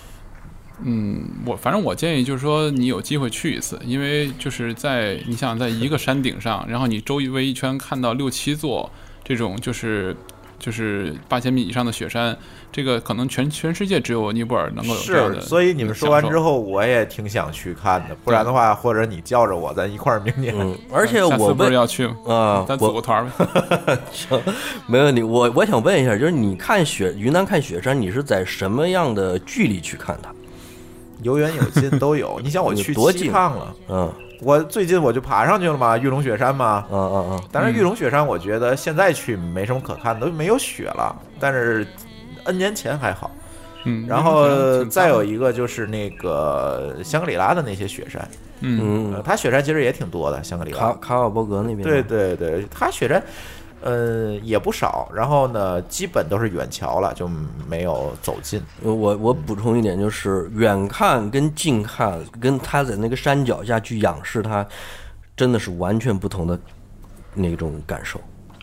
反正我建议就是说你有机会去一次，因为就是你想在一个山顶上，然后你周围一圈看到6-7座这种就是8000米以上的雪山，这个可能全世界只有尼泊尔能够有这样的。 所以你们说完之后，我也挺想去看的，不然的话，或者你叫着我，咱一块儿明年。 而且我不是要去啊，咱组个团呗。 行，没问题。我想问一下，就是你看云南看雪山，你是在什么样的距离去看它？ 有远有近都有。你想我去西藏了，我最近我就爬上去了嘛，玉龙雪山嘛，当然玉龙雪山我觉得现在去没什么可看的，都没有雪了，但是 N 年前还好。然后再有一个就是那个香格里拉的那些雪山，它雪山其实也挺多的，香格里拉卡瓦博格那边， 对，它雪山也不少，然后呢基本都是远瞧了，就没有走近。 我补充一点，就是远看跟近看，跟他在那个山脚下去仰视它，真的是完全不同的那种感受。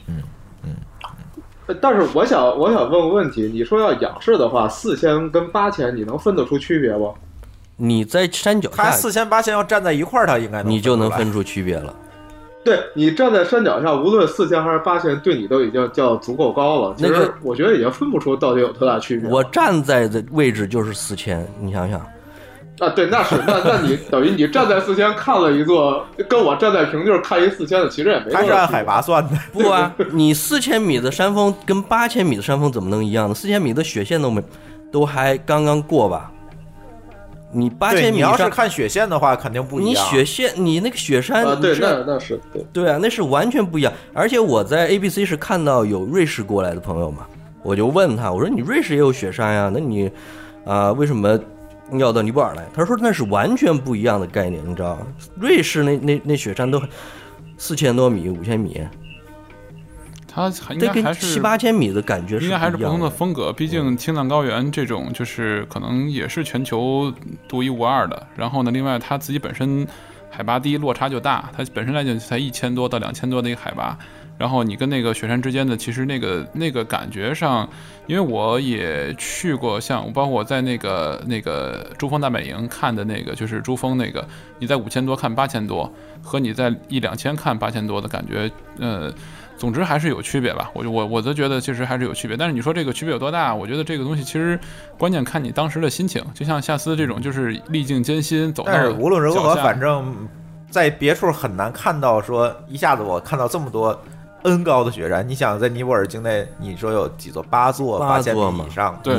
但是我想问个问题，你说要仰视的话，4000跟8000你能分得出区别不？ 你在山脚下， 它4000、8000要站在一块儿，它应该你就能分出区别了。 对，你站在山脚下，无论4000还是8000，对你都已经叫足够高了。其实我觉得已经分不出到底有多大区别。 我站在的位置就是4000，你想想， 啊，对，那是那你等于你站在4000看了一座，跟我站在平地看一4000的，其实也没。 它是按海拔算的。 不啊，你4000米的山峰跟8000米的山峰怎么能一样呢？4000米的雪线都还刚刚过吧？你8000米， 你要是看雪线的话，肯定不一样。 你雪线，你那个雪山， 对，那是对啊，那是完全不一样。而且我在 ABC 是看到有瑞士过来的朋友嘛，我就问他，我说你瑞士也有雪山呀，那你为什么要到尼泊尔来？他说那是完全不一样的概念，你知道吗？瑞士那雪山都4000多米、5000米。 它应该还是 7、8千米的感觉是， 应该还是不同的风格。毕竟青藏高原这种就是可能也是全球独一无二的。然后呢，另外它自己本身海拔低，落差就大，它本身来讲才1000多到2000多的一个海拔。然后你跟那个雪山之间的，其实那个感觉上，因为我也去过，像包括我在那个珠峰大本营看的那个，就是珠峰那个，你在5000多看8000多，和你在1-2000看8000多的感觉，总之还是有区别吧，我都觉得其实还是有区别，但是你说这个区别有多大？我觉得这个东西其实关键看你当时的心情，就像夏斯这种就是历尽艰辛走到， 但是无论如何，反正在别处很难看到说一下子我看到这么多 N 高的雪山。你想在尼泊尔境内，你说有几座？8座8000米以上， 对，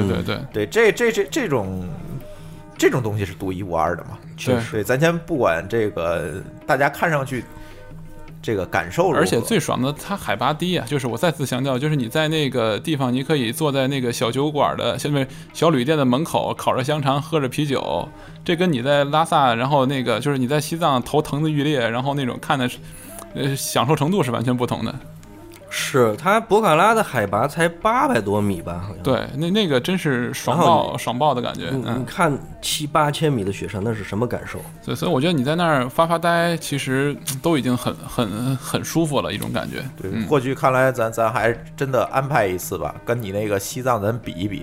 这种东西是独一无二的嘛？ 确实， 对，咱先不管这个，大家看上去。这个感受， 而且最爽的，它海拔低啊！就是我再次强调，就是你在那个地方，你可以坐在那个小酒馆的、小旅店的门口，烤着香肠，喝着啤酒。这跟你在拉萨，然后那个就是你在西藏头疼的欲裂，然后那种看的，享受程度是完全不同的。 是，它博卡拉的海拔才800多米吧？好像对，那个真是爽爆的感觉。 你看7、8千米的雪山，那是什么感受？ 所以我觉得你在那儿发呆，其实都已经很舒服了一种感觉。 对，或许看来咱还真的安排一次吧，跟你那个西藏咱比一比。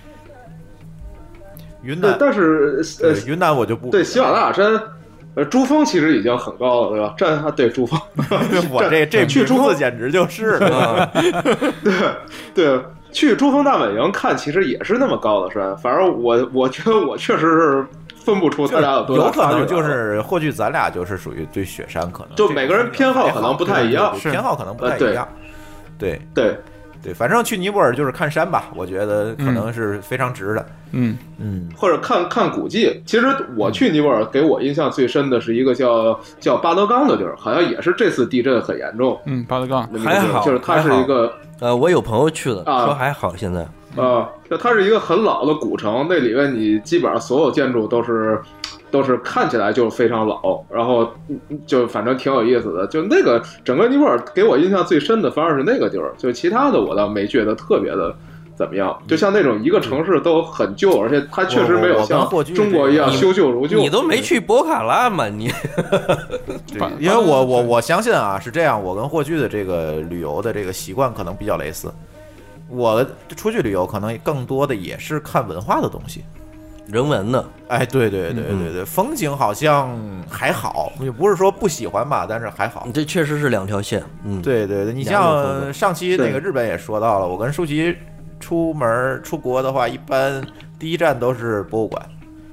云南， 但是云南我就不对喜马拉雅山。珠峰其实已经很高了，对吧？对珠峰， 我这去珠峰简直就是了。 对，去珠峰大本营看，其实也是那么高的山。反正我觉得我确实是分不出他俩有多大有可能就是或许咱俩就是属于对雪山可能就每个人偏好可能不太一样， 偏好可能不太一样。对，反正去尼泊尔就是看山吧，我觉得可能是非常值的。 或者看古迹。其实我去尼泊尔，给我印象最深的是一个叫巴德冈的地儿，好像也是这次地震很严重。 巴德冈还好， 就是它是一个我有朋友去的，说还好现在。 就它是一个很老的古城，那里面你基本上所有建筑都是看起来就非常老，然后就反正挺有意思的。就那个整个尼泊尔给我印象最深的反而是那个地儿，就其他的我倒没觉得特别的怎么样。就像那种一个城市都很旧，而且它确实没有像中国一样修旧如旧。 你都没去博卡拉吗？你因为我相信啊是这样，我跟霍炬的这个旅游的这个习惯可能比较类似。我出去旅游可能更多的也是看文化的东西。 人文的， 哎，对，风景好像还好，也不是说不喜欢吧，但是还好。 这确实是两条线。 对，你像上期那个日本也说到了，我跟舒淇出国的话，一般第一站都是博物馆。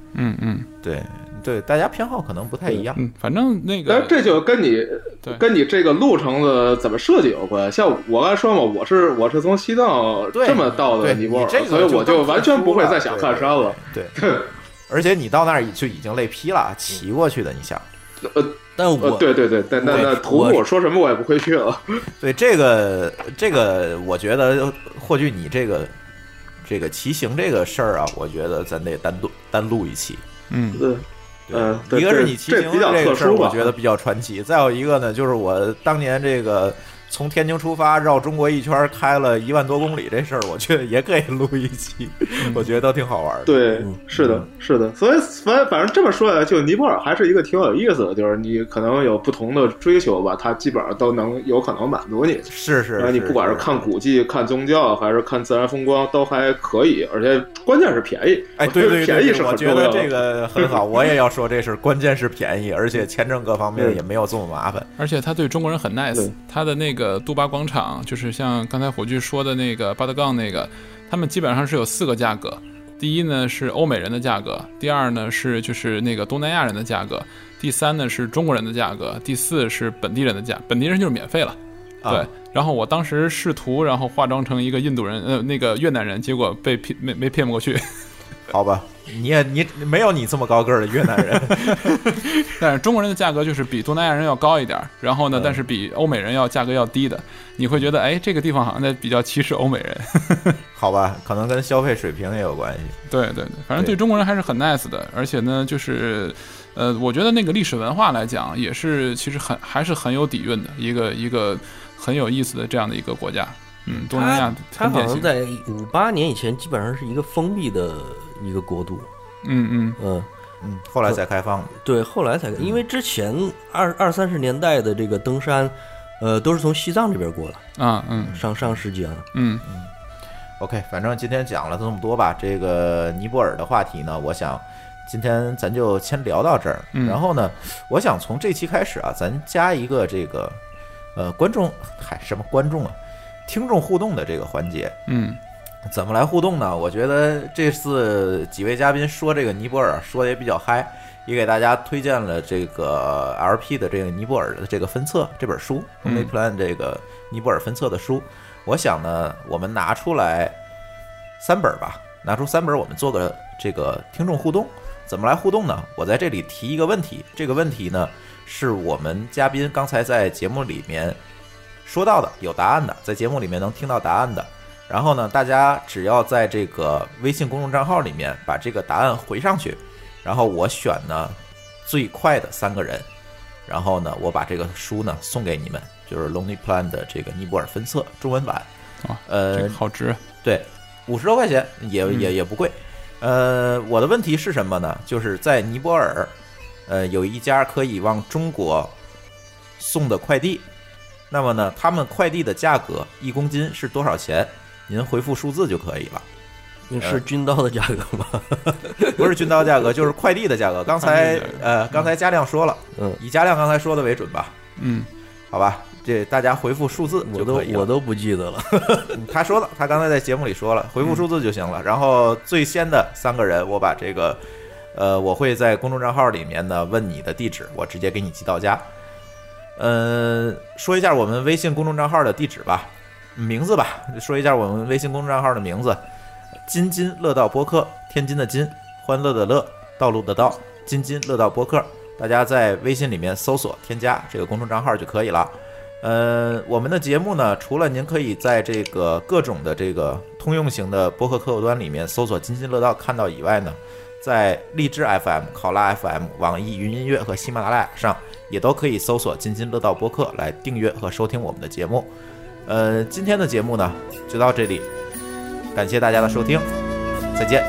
对，大家偏好可能不太一样。 反正那个， 但这就跟你这个路程的怎么设计有关。像我刚才说嘛，我是从西藏这么到的尼泊尔，所以我就完全不会再想看山了。 对，而且你到那儿就已经累劈了，骑过去的，你想。 但我对，那徒步说什么我也不会去了。 对，这个我觉得或许你这个骑行这个事儿啊，我觉得咱得单录一期。 对， 一个是你骑行这个事儿，我觉得比较传奇。再有一个呢，就是我当年这个从天津出发绕中国一圈开了1万多公里这事儿，我觉得也可以录一期，我觉得都挺好玩的。 对，是的。所以反正这么说来，就尼泊尔还是一个挺有意思的，就是你可能有不同的追求吧，它基本上都能有可能满足你。 是， 然后你不管是看古迹、看宗教，还是看自然风光，都还可以，而且关键是便宜。 哎，对， 便宜是很重要的。 我觉得这个很好，我也要说这是关键是便宜，而且签证各方面也没有这么麻烦。 而且他对中国人很 nice， 他的那个杜巴广场，就是像刚才火炬说的那个巴德冈那个，他们基本上是有4个价格。 第一呢是欧美人的价格，第二呢是就是那个东南亚人的价格，第三呢是中国人的价格，第四是本地人的价，本地人就是免费了。对，然后我当时试图然后化妆成一个印度人，那个越南人，结果被没骗过去。 好吧，你没有你这么高个儿的越南人。 但是中国人的价格就是比东南亚人要高一点，然后呢，但是比欧美人价格要低的，你会觉得哎，这个地方好像在比较歧视欧美人。 好吧，可能跟消费水平也有关系。 对对对，反正对中国人还是很 nice 的，而且呢，就是我觉得那个历史文化来讲，也是其实还是很有底蕴的一个很有意思的这样的一个国家。东南亚它好像在58年以前基本上是一个封闭的一个国度。 后来才开放的。 对，后来才，因为之前20-30年代的这个登山，都是从西藏这边过来啊。上世纪啊。 OK， 反正今天讲了这么多吧，这个尼泊尔的话题呢，我想今天咱就先聊到这儿。然后呢，我想从这期开始啊，咱加一个这个观众，什么观众啊，听众互动的这个环节。怎么来互动呢？我觉得这次几位嘉宾说这个尼泊尔说的也比较嗨，也给大家推荐了这个 LP 的这个尼泊尔的这个分册这本书，Lonely Planet 这个尼泊尔分册的书。我想呢，我们拿出来3本吧，拿出3本，我们做个这个听众互动。怎么来互动呢？我在这里提一个问题，这个问题呢是我们嘉宾刚才在节目里面说到的，有答案的，在节目里面能听到答案的。然后呢，大家只要在这个微信公众账号里面把这个答案回上去，然后我选呢最快的3个人，然后呢我把这个书呢送给你们，就是 Lonely Planet 的这个尼泊尔分册中文版。 这个好值。 对，50多块钱也不贵。我的问题是什么呢？就是在尼泊尔有一家可以往中国送的快递，那么呢他们快递的价格1公斤是多少钱？您回复数字就可以了。 是军刀的价格吗？ 不是军刀价格，就是快递的价格。刚才嘉亮说了，以嘉亮刚才说的为准吧。好吧，这大家回复数字就可以了。 我都不记得了。 他说了，他刚才在节目里说了，回复数字就行了。然后最先的3个人，我把这个我会在公众账号里面呢问你的地址，我直接给你寄到家。说一下我们微信公众账号的地址吧，名字吧，说一下我们微信公众账号的名字：津津乐道播客，天津的津，欢乐的乐，道路的道，津津乐道播客。大家在微信里面搜索添加这个公众账号就可以了。我们的节目呢，除了您可以在这个各种的这个通用型的播客客户端里面搜索津津乐道看到以外呢，在荔枝 FM、考拉 FM、网易云音乐和喜马拉雅上也都可以搜索津津乐道播客来订阅和收听我们的节目。今天的节目呢就到这里，感谢大家的收听，再见。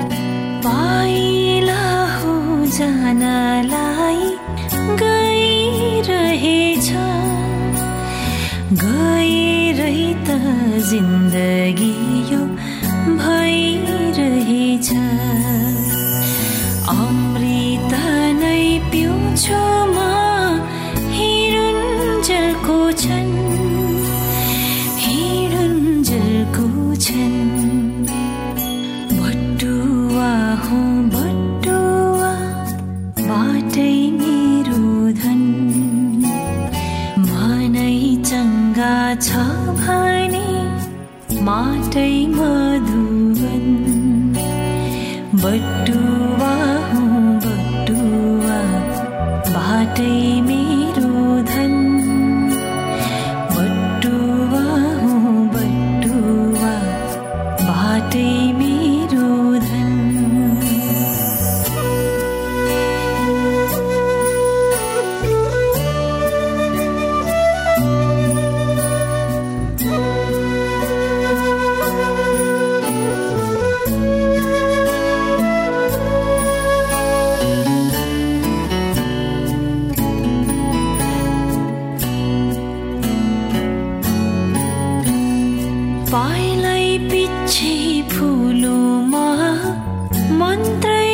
जानलाई गई जिन्दगी यो भइरहेछ अमृत नै पिउँछु म हिरुन्जेलको छन् बटुवा हो बटुवा बाटै मेरो धन मनै चङ्गा छ भने माटै मधुवन बटुवा हो बटुवा बाटै मेरो धन बटुवा हो बटुवा बाटै मेरो धन पाइलाई पिच्छे फुलोमा मन्त्र